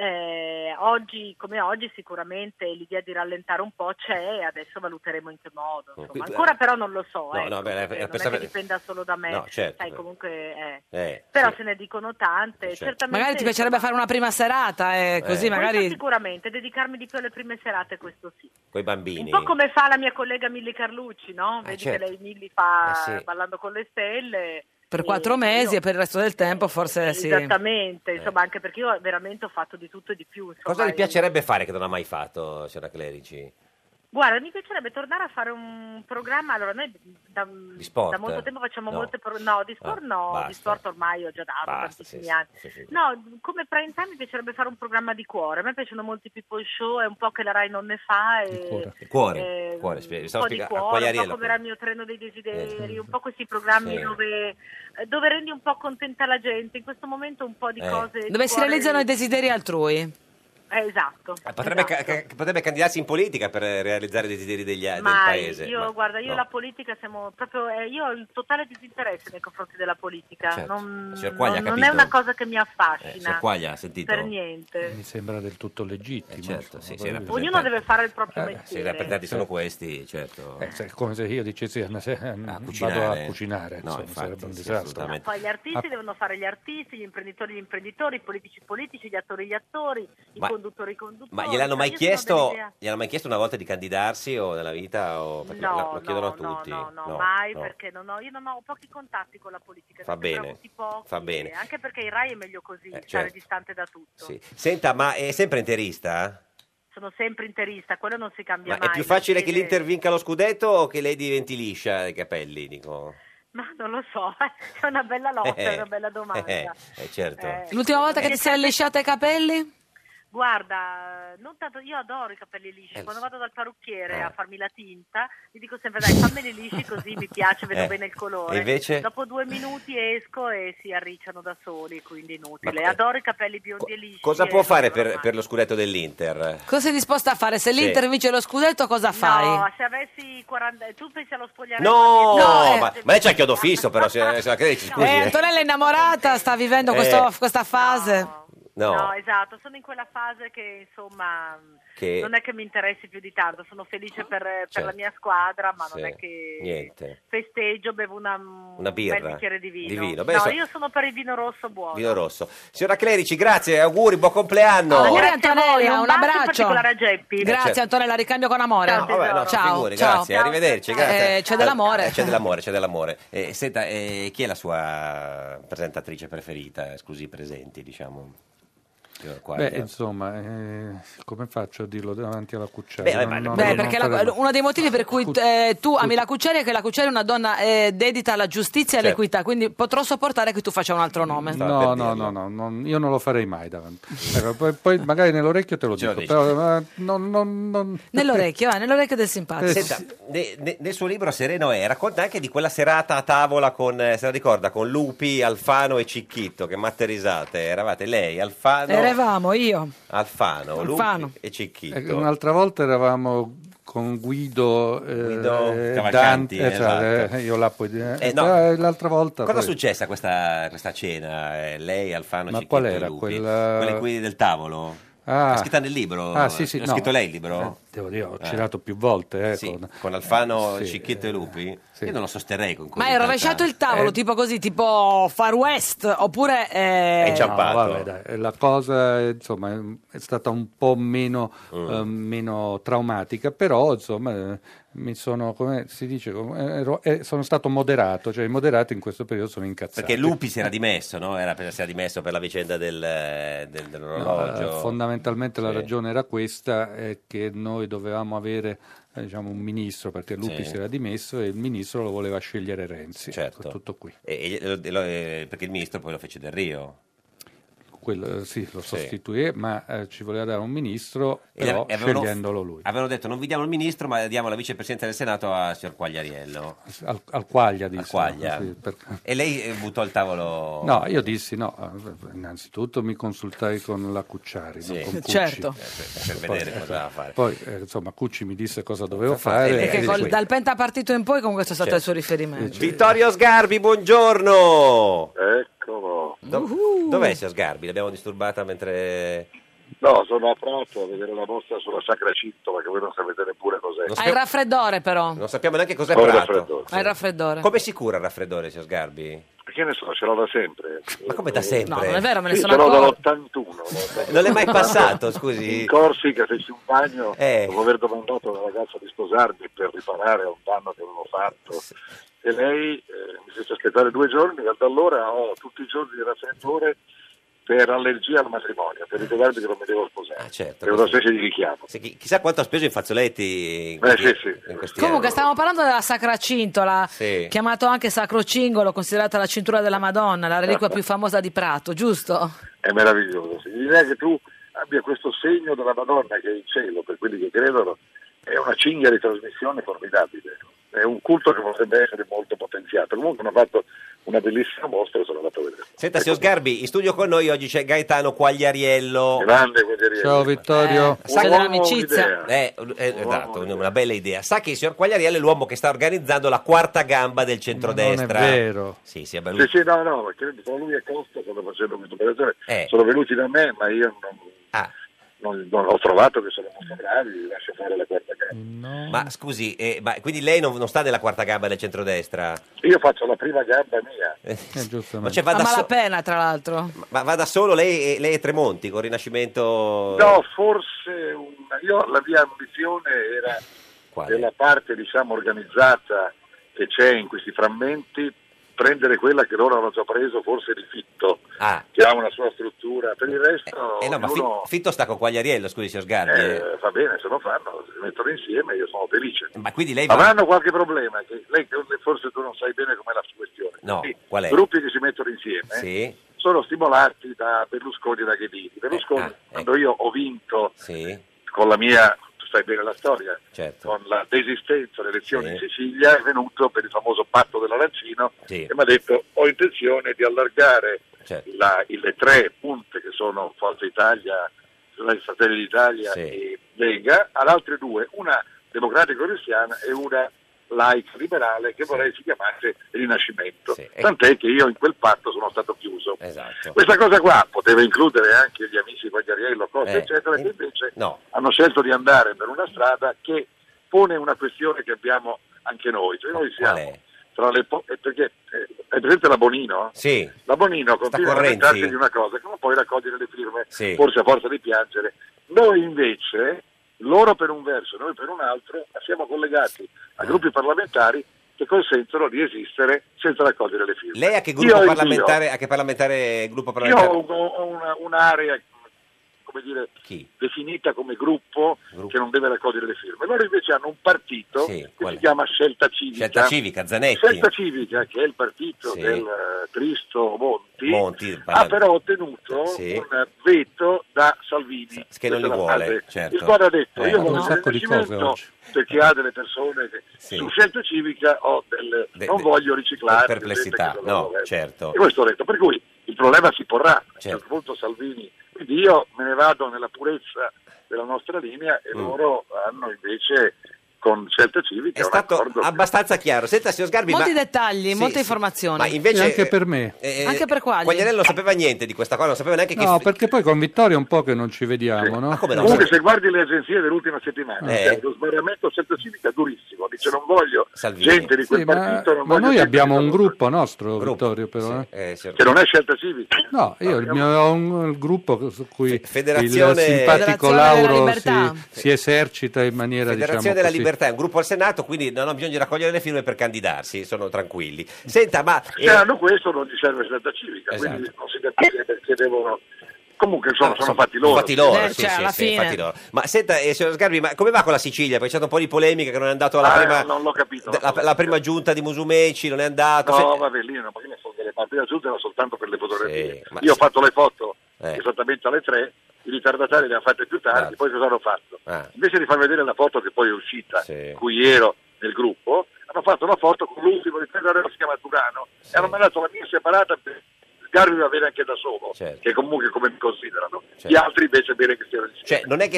Oggi come oggi sicuramente l'idea di rallentare un po' c'è e adesso valuteremo in che modo. Insomma. Ancora però non lo so, No, no, perché non è che dipenda solo da me, No, certo. sai, comunque Però se ne dicono tante. Certamente, Magari ti piacerebbe fare una prima serata e così questo magari... sicuramente, dedicarmi di più alle prime serate, questo sì. coi bambini. Un po' come fa la mia collega Milly Carlucci, no? Vedi certo. che lei Milly fa sì. Ballando con le stelle. Per 4 mesi io- e per il resto del tempo forse sì. Esattamente, insomma, anche perché io veramente ho fatto di tutto e di più. Insomma, Cosa le piacerebbe fare che non ha mai fatto, signora Clerici? Guarda, mi piacerebbe tornare a fare un programma. Allora, noi da sport? molto tempo facciamo No. molte no, di sport no, basta. di sport ormai ho già dato Basta, tantissimi sì, anni. sì. No, come prime time mi piacerebbe fare un programma di cuore. A me piacciono molti people show, è un po' che la Rai non ne fa. Cuore, un stavo po' di spiegando a cuore, un po' Quagliariello. come era il mio treno dei desideri, un po' questi programmi Sì. dove rendi un po' contenta la gente. In questo momento un po' di cose. Dove di si cuore- realizzano i desideri altrui. Esatto. Potrebbe, esatto. potrebbe candidarsi in politica per realizzare i desideri del Mai. paese. Io, guarda, io no. la politica siamo proprio. Io ho il totale disinteresse nei confronti della politica. Certo. Non, Signor Quaglia, ha non è capito? una cosa che mi affascina. Signor Quaglia, ha sentito? Per niente. Mi sembra del tutto legittimo. certo, sì, sì, Ognuno deve fare il proprio Se i mestiere. rappresentanti sono questi, certo. È come se io dicessi vado a cucinare, No, insomma, infatti, sarebbe un sì, disastro. assolutamente. Poi gli artisti devono fare gli artisti, gli imprenditori, i politici, gli attori, i Ma- conduttori, i conduttori. Ma gliel'hanno mai Cioè, io sono chiesto una volta di candidarsi o nella vita? O perché lo chiedono a tutti? No, mai, no. perché io non ho pochi contatti con la politica. Fa ne sembrano bene, tutti pochi, fa bene. Anche perché il Rai è meglio così, stare certo. distante da tutto. Sì. Senta, ma è sempre interista? Sono sempre interista, quello non si cambia Ma mai. è più facile che perché- l'Inter vinca lo scudetto o che lei diventi liscia i capelli, dico? Ma non lo so, è una bella lotta, è una bella domanda. Certo. L'ultima volta che ti sei lisciata i capelli? Guarda, non tanto, io adoro i capelli lisci, quando vado dal parrucchiere a farmi la tinta, gli dico sempre dai fammeli lisci così mi piace, vedo bene il colore. E invece? Dopo 2 minuti esco e si arricciano da soli, quindi inutile. Ma- Adoro i capelli biondi e lisci. Cosa e può fare non devo per lo scudetto dell'Inter? Cosa sei disposta a fare? Se Sì. l'Inter vince lo scudetto cosa fai? No, se avessi 40... Tu pensi allo spogliarello? No, No, ma lei c'ha il chiodo fisso però, se la credi, scusi. Antonella è innamorata, sta vivendo questa fase. No, esatto, sono in quella fase che insomma non è che mi interessi più di tanto, sono felice per la mia squadra, ma non è che festeggio, bevo un birra, bel bicchiere di vino. Beh, io sono per il vino rosso buono. Vino rosso. Signora Clerici, grazie, auguri, buon compleanno. Grazie Antonella, un bacio in abbraccio. particolare a Geppi. Grazie Antonella, ricambio con amore. Ciao. Figuri, grazie, arrivederci. Grazie. C'è dell'amore. C'è dell'amore. Senta, chi è la sua presentatrice preferita, esclusi presenti, diciamo? Insomma, come faccio a dirlo davanti alla Cucciari? Perché uno dei motivi per cui tu ami la Cucciari è che la Cucciari è una donna dedita alla giustizia e all'equità, quindi potrò sopportare che tu faccia un altro nome. No, io non lo farei mai davanti. Poi magari nell'orecchio te lo dico, però nell'orecchio del simpatico. Senta, nel suo libro Sereno racconta anche di quella serata a tavola con, se la ricorda, con Lupi, Alfano e Cicchitto, che matte risate. Eravate lei, Alfano... Eravamo io. Alfano. Lupi e Cicchitto. Un'altra volta eravamo con Guido Cavalcanti, esatto. Io là poi l'altra volta cosa è successa a questa cena? Lei, Alfano, Cicchitto qual era? e Lupi? Quelle qui del tavolo? È scritta nel libro? Sì, Ha scritto lei il libro? Devo dire, ho girato più volte. Con Alfano, Cicchitto e Lupi? Io non lo sosterrei con Ma hai rovesciato il tavolo, tipo così, tipo Far West, oppure... È inciampato. La cosa, insomma, è stata un po' meno traumatica, però, insomma, mi sono, come si dice, sono stato moderato, cioè i moderati in questo periodo sono incazzati. Perché Lupi si era dimesso, no? Si era dimesso per la vicenda dell'orologio. Fondamentalmente la ragione era questa, che noi dovevamo avere un ministro, perché Lupi si era dimesso e il ministro lo voleva scegliere Renzi. Certo. Tutto qui. Perché il ministro poi lo fece Del Rio. Lo sostituì, ma ci voleva dare un ministro, però scegliendolo lui. Avevano detto non vi diamo il ministro, ma diamo la vicepresidenza del Senato a signor Quagliariello. Al Quaglia, disse. E lei buttò il tavolo? No, io dissi no. Innanzitutto mi consultai con la Cucciari, non con Cucci. Certo. Per vedere cosa doveva fare. Poi, Cucci mi disse cosa dovevo fare. Perché dal pentapartito in poi comunque questo è stato il suo riferimento. Vittorio Sgarbi, buongiorno. Eccolo. Dov'è signor Sgarbi? L'abbiamo disturbata mentre... No, sono a Prato a vedere la mostra sulla Sacra Cintola, che voi non sapete neppure cos'è. Hai il raffreddore però. Non sappiamo neanche cos'è Prato. Hai il raffreddore. Come si cura il raffreddore, signor Sgarbi? Perché ne so, ce l'ho da sempre. Ma come da sempre? No, non è vero, me ne Sì, sono ce l'ho accorto. dall'81. Non è mai passato, scusi? In Corsica feci un bagno dopo aver domandato alla ragazza di sposarmi per riparare a un danno che avevo fatto. E lei mi fece aspettare 2 giorni, e da allora ho tutti i giorni il raffreddore per allergia al matrimonio, per ricordarmi che non mi devo sposare. Certo, è una specie di richiamo. Chissà quanto ha speso in fazzoletti in questi Comunque anni. stavamo parlando della Sacra Cintola, chiamato anche Sacro Cingolo, considerata la cintura della Madonna, la reliquia più famosa di Prato, giusto? È meraviglioso. L'idea che tu abbia questo segno della Madonna che è in cielo, per quelli che credono, è una cinghia di trasmissione formidabile. È un culto che potrebbe essere molto potenziato. Comunque hanno fatto una bellissima mostra, sono andato a vedere. Senta, signor Sgarbi, in studio con noi oggi c'è Gaetano Quagliariello. Grande Quagliariello. Ciao Vittorio. Sa dell'amicizia. Esatto, una bella idea. Sa che il signor Quagliariello è l'uomo che sta organizzando la quarta gamba del centrodestra. Non è vero. Sì, no, perché tra lui e Costa stanno facendo questa operazione. Sono venuti da me, ma io non ho trovato che sono molto bravi, lascio fare la quarta gamba. No. Ma scusi, quindi lei non sta nella quarta gamba del centrodestra? Io faccio la prima gamba mia. Ma cioè, A malapena, tra l'altro. Ma va da solo lei e Tremonti con Rinascimento? No, forse la mia ambizione era della parte organizzata che c'è in questi frammenti, prendere quella che loro hanno già preso, forse di Fitto, che ha una sua struttura. Per il resto ma Fitto sta con Quagliariello, scusi signor Sgarbi. Va bene, se lo fanno, si mettono insieme, io sono felice. Ma quindi lei avranno qualche problema, che lei forse tu non sai bene com'è la questione. No, qual è? Gruppi che si mettono insieme sono stimolati da Berlusconi e da Ghedini. Berlusconi, quando io ho vinto con la mia, tu sai bene la storia, con la desistenza delle elezioni in Sicilia, è venuto per il famoso patto dell'arancino e mi ha detto: ho intenzione di allargare le 3 punte che sono Forza Italia, Fratelli d'Italia e Lega, ad altre 2, una democratico-cristiana e una laica liberale che vorrei si chiamasse Rinascimento. Tant'è che io in quel patto sono stato chiuso. Questa cosa qua poteva includere anche gli amici Quagliariello, Costa, eccetera, che invece hanno scelto di andare per una strada che pone una questione che abbiamo anche noi. Cioè noi siamo tra le perché è presente la Bonino? Sì. La Bonino continua a lamentarsi di una cosa che non puoi raccogliere le firme, forse a forza di piangere. Noi invece, loro per un verso, noi per un altro, siamo collegati a gruppi parlamentari che consentono di esistere senza raccogliere le firme. Lei a che gruppo parlamentare, gruppo parlamentare? Io ho un'area, come dire, definita come gruppo che non deve raccogliere le firme. Loro invece hanno un partito che si chiama Scelta Civica. Scelta Civica, Zanetti. Scelta Civica, che è il partito del Tristo Monti ha però ottenuto un veto da Salvini. Che non li vuole, certo. Il quale ha detto, io voglio il Rinascimento perché ha delle persone che su Scelta Civica ho non voglio riciclare. Perplessità, certo. E questo ho detto, per cui il problema si porrà. A un certo punto Salvini, quindi io me ne vado nella purezza della nostra linea e loro hanno invece con Scelta Civica è stato abbastanza chiaro. Senta, signor Sgarbi, molti dettagli, molte informazioni. Ma invece anche per me. Anche per Quaglia. Quagliariello non sapeva niente di questa cosa, non sapeva neanche che perché poi con Vittorio è un po' che non ci vediamo, no? Comunque se guardi le agenzie dell'ultima settimana, lo sbarramento Scelta Civica è durissimo, dice non voglio gente di quel partito, ma noi abbiamo un gruppo nostro, Vittorio, però che non è Scelta Civica. No, io ho un gruppo su cui Federazione... il simpatico Lauro si esercita in maniera Federazione della Libertà è un gruppo al Senato, quindi non ho bisogno di raccogliere le firme per candidarsi, sono tranquilli. Senta, ma se hanno questo non gli serve Scelta Civica, quindi non si capisce perché devono. Comunque sono fatti loro. Fatti loro, fatti loro. Ma senta, signor Sgarbi, ma come va con la Sicilia? Poi c'è stato un po' di polemica che non è andato alla prima. Non l'ho capito. La prima giunta di Musumeci non è andato. No, vabbè, lì non sono delle parti. La giunta era soltanto per le fotografie. Io ho fatto le foto esattamente alle 3. I ritardatari le hanno fatte più tardi, poi cosa hanno fatto? Invece di far vedere la foto che poi è uscita, cui ero nel gruppo, hanno fatto una foto con l'ultimo ritardatore che si chiama Turano e hanno mandato la mia separata per Sgarbi va bene anche da solo, che comunque come mi considerano. Gli altri invece è bene che siano insieme. Cioè, non è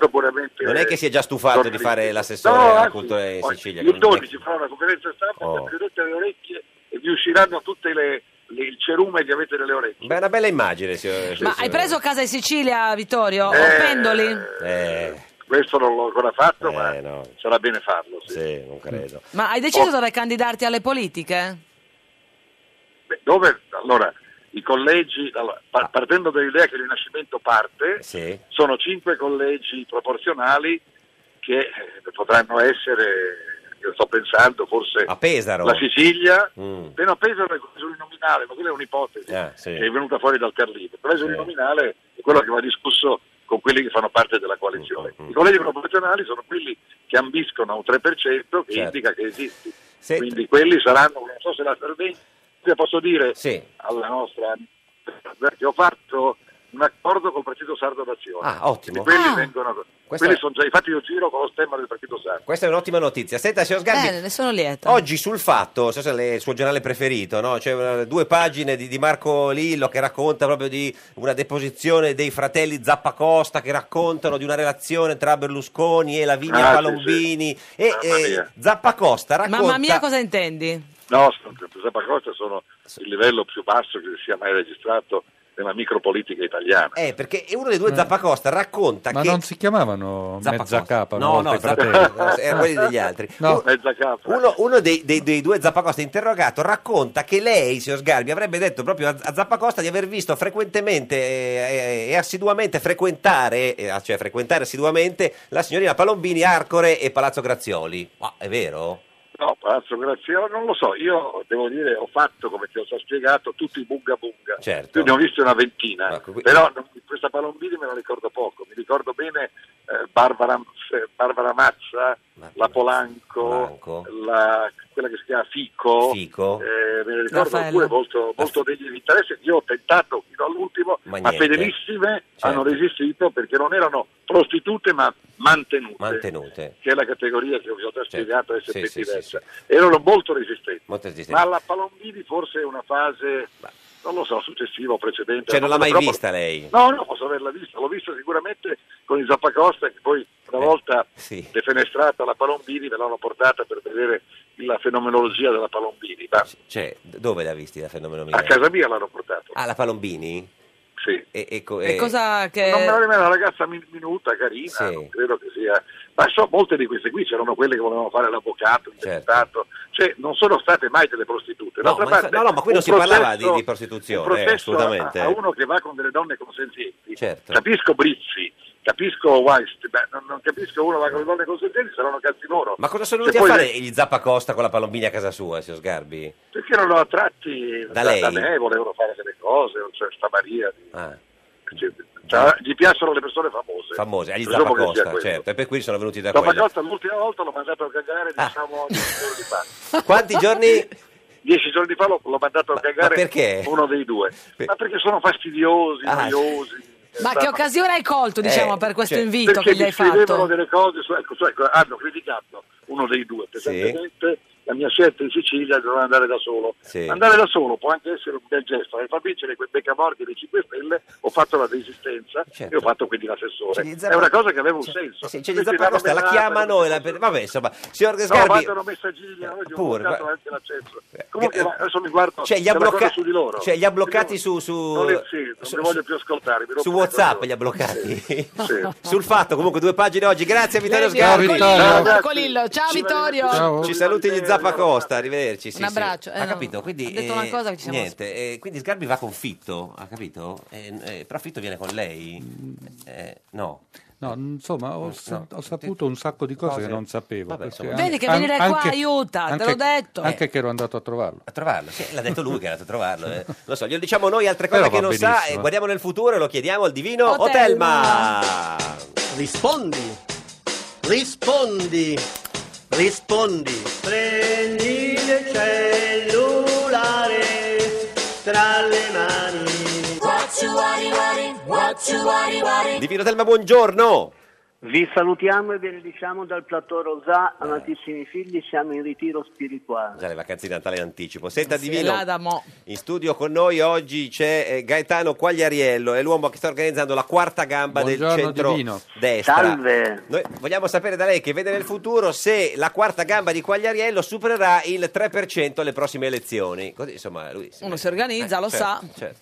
che si è già stufato di fare l'assessore alla cultura in Sicilia. Il 12 farà una conferenza stampa, prendete le orecchie e vi usciranno tutte il cerume che avete nelle orecchie. Beh, è una bella immagine, signor. Ma hai preso casa in Sicilia, Vittorio? O pendoli? Questo non l'ho ancora fatto, ma sarà bene farlo. Sì, non credo. Ma hai deciso dove candidarti alle politiche? Beh, dove? Allora, i collegi, partendo dall'idea che il Rinascimento parte, sono 5 collegi proporzionali che potranno essere, io sto pensando, forse a Pesaro, la Sicilia, a Pesaro è uninominale, ma quella è un'ipotesi che è venuta fuori dal Carlino. Però uninominale è quello che va discusso con quelli che fanno parte della coalizione. I collegi proporzionali sono quelli che ambiscono a un 3% che indica che esisti. Quindi quelli saranno, non so se la Sardegna, posso dire alla nostra che ho fatto un accordo col Partito Sardo d'Azione. Ottimo. Quelli vengono. Quelli sono già, infatti io giro con lo stemma del Partito Sardo. Questa è un'ottima notizia. Senta, signor Sgarbi, ne sono lieta. Oggi sul Fatto, so se è il suo giornale preferito, no? C'è 2 pagine di Marco Lillo che racconta proprio di una deposizione dei fratelli Zappacosta che raccontano di una relazione tra Berlusconi e Lavinia Palombini e Zappacosta racconta. Mamma mia, cosa intendi? No, Zappacosta sono il livello più basso che sia mai registrato nella micropolitica italiana. Perché uno dei 2 Zappacosta racconta ma che... non si chiamavano Mezza Capa? No, erano quelli degli altri. Mezza Capa. Uno dei 2 Zappacosta interrogato racconta che lei, signor Sgarbi, avrebbe detto proprio a Zappacosta di aver visto frequentemente e assiduamente frequentare assiduamente la signorina Palombini, Arcore e Palazzo Grazioli. Ma è vero? No, Palazzo Grazioli non lo so, io devo dire ho fatto, come ti ho già spiegato, tutti i bunga bunga, quindi ho visto una ventina, però questa Palombini me la ricordo poco, mi ricordo bene Barbara Mazza, la Polanco, quella che si chiama Fico. Me ne ricordo alcune molto degli interessi, io ho tentato fino all'ultimo, ma fedelissime hanno resistito perché non erano prostitute ma mantenute, che è la categoria che vi ho già spiegato essere diversa. Erano molto resistenti. Ma la Palombini forse è una fase, non lo so, successiva o precedente. Cioè non l'ha mai vista lei? No, posso averla vista, l'ho vista sicuramente con il Zappacosta, che poi una volta defenestrata la Palombini me l'hanno portata per vedere la fenomenologia della Palombini. Ma Cioè, dove l'ha visti la fenomenologia? a casa mia l'hanno portato. Ah, la Palombini? Sì. E cosa che... Non me la ricordo, una ragazza minuta, carina, Sì. non credo che sia... Ma so, molte di queste qui c'erano quelle che volevano fare l'avvocato, il deputato, cioè non sono state mai delle prostitute. No, D'altra parte, ma qui non un si parlava processo- di prostituzione, un processo assolutamente. a uno che va con delle donne consenzienti, Certo. capisco Brizzi, capisco Weist, non capisco uno che va con le donne consenzienti, saranno cazzi loro. Ma cosa sono Se venuti a poi- fare gli Zappacosta con la Palombini a casa sua, signor Sgarbi? Perché non erano attratti Da lei? da me, volevano fare delle cose, cioè sta Maria. Ah. Cioè, gli piacciono le persone famose. Famose, agli Presumo che sia Zappacosta, quello. certo, e per cui sono venuti da quello. Zappacosta l'ultima volta l'ho mandato a cagare, diciamo, 10 giorni fa. Quanti giorni? 10 giorni fa l'ho mandato a cagare, perché? uno dei due. Ma perché sono fastidiosi, noiosi. Ma che occasione hai colto, diciamo, per questo invito perché che gli hai mi scrivevano fatto? delle cose, hanno criticato uno dei due, pesantemente, la mia scelta in Sicilia di non andare da solo. Sì. Andare da solo può anche essere un bel gesto, e far vincere quei beccamorti dei 5 Stelle, ho fatto la desistenza e ho fatto quindi l'assessore. È una cosa che aveva un senso. Sì, c'è gli Zappacosta, la chiamano e vabbè, insomma, signor Sgarbi... mandano messaggini, noi gli ho Pure, bloccato anche l'accesso. Comunque adesso mi guardo Cioè, li ha c'è una cosa blocca- su di loro. cioè, li ha bloccati su Non li voglio più ascoltare. mi su rompo le WhatsApp, coglioni. li ha bloccati. Sì. Sul Fatto, comunque, 2 pagine oggi. Grazie a Vittorio Ciao, Sgarbi. Marco Lillo. Ciao Vittorio. Ci saluti gli Zappacosta, arrivederci. Sì, Un abbraccio. Sì. Ha capito? Quindi, ha detto una cosa che ci siamo... niente, quindi Sgarbi va con Fitto, ha capito? Però Fitto viene con lei? No. No, insomma, ho saputo un sacco di cose che non sapevo. Vabbè, perché insomma. Vedi che venire qua aiuta, te l'ho detto. Anche che ero andato a trovarlo. A trovarlo, sì, l'ha detto lui che era andato a trovarlo. Lo so, glielo diciamo noi altre Però cose che va non sa benissimo, e guardiamo nel futuro e lo chiediamo al divino Otelma. Rispondi. Rispondi. Rispondi. Prendi il cellulare tra le mani. Divino Otelma, buongiorno. Vi salutiamo e benediciamo dal plateau Rosà, amatissimi figli, siamo in ritiro spirituale. Già le vacanze di Natale in anticipo. Senta, Sì, Divino, là da mo'. in studio con noi oggi c'è Gaetano Quagliariello, è l'uomo che sta organizzando la quarta gamba Buongiorno, del Divino. centro-destra. Salve. Noi vogliamo sapere da lei, che vede nel futuro, se la quarta gamba di Quagliariello supererà il 3% alle prossime elezioni. Così, insomma, lui Uno si organizza, lo sa. Certo.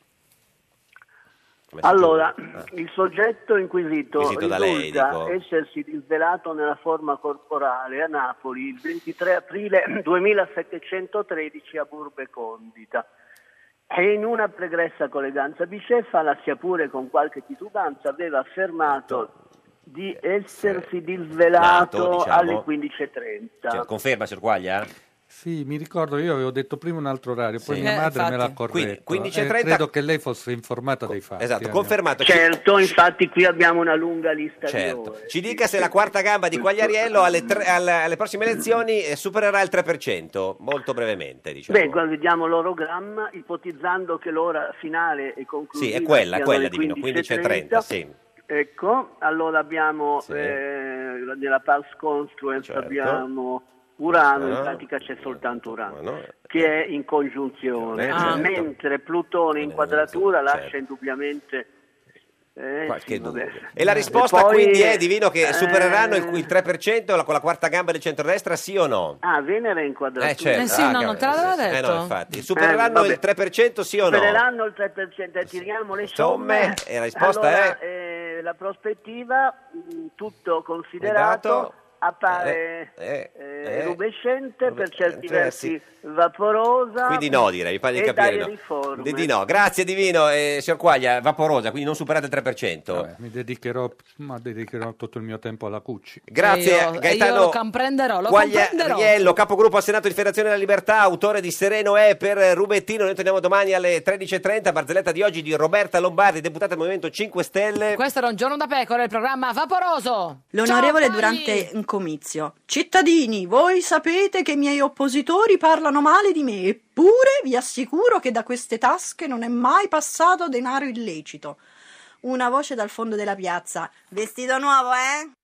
Allora, il soggetto inquisito Inquisito da lei, risulta dico. essersi disvelato nella forma corporale a Napoli il 23 aprile 2713 a Burbe Condita e in una pregressa colleganza bicefala, sia pure con qualche titubanza, aveva affermato di essersi disvelato diciamo. alle 15:30. Cioè, conferma, signor Quaglia? Sì, mi ricordo, io avevo detto prima un altro orario, poi Sì. mia madre me l'ha infatti. corretto. 15:30. Credo che lei fosse informata dei fatti. Esatto, confermato. Certo, infatti qui abbiamo una lunga lista Certo. di ore. Ci dica se la quarta gamba di Quagliariello alle prossime elezioni supererà il 3%, molto brevemente, diciamo. Beh, guarda, vediamo l'orogramma, ipotizzando che l'ora finale e conclusiva Sì, è quella, siano le Divino, 15:30, sì. Ecco, allora abbiamo Sì. nella pars construens Certo. abbiamo Urano, in Ah. pratica c'è soltanto Urano, No. che è in congiunzione, Certo. mentre Plutone in quadratura certo. lascia indubbiamente Qualche sì, dubbio. vabbè. E la risposta poi, quindi è, Divino, che supereranno il 3% con la quarta gamba del centrodestra, sì o no? Ah, Venere in quadratura. Certo. sì, no, non te l'aveva detto. No, infatti. Supereranno vabbè. il 3%, sì o no? Supereranno il 3%, tiriamo le somme. E la risposta allora, è? La prospettiva, tutto considerato, appare rubescente, per certi versi vaporosa. Quindi no, direi, mi pare di e capire. dalle No. riforme. Di no. Grazie, Divino. Signor Quaglia, vaporosa, quindi non superate il 3%. Vabbè, mi dedicherò tutto il mio tempo alla Cucci. Grazie io, a Gaetano io lo comprenderò, lo comprenderò. Quagliariello, capogruppo al Senato di Federazione della Libertà, autore di Sereno è per Rubettino. Noi torniamo domani alle 13:30. Barzelletta di oggi di Roberta Lombardi, deputata del Movimento 5 Stelle. Questo era Un giorno da pecora, il programma vaporoso. L'onorevole Ciao, durante un comizio: cittadini, voi sapete che i miei oppositori parlano male di me, eppure vi assicuro che da queste tasche non è mai passato denaro illecito. Una voce dal fondo della piazza: vestito nuovo, eh?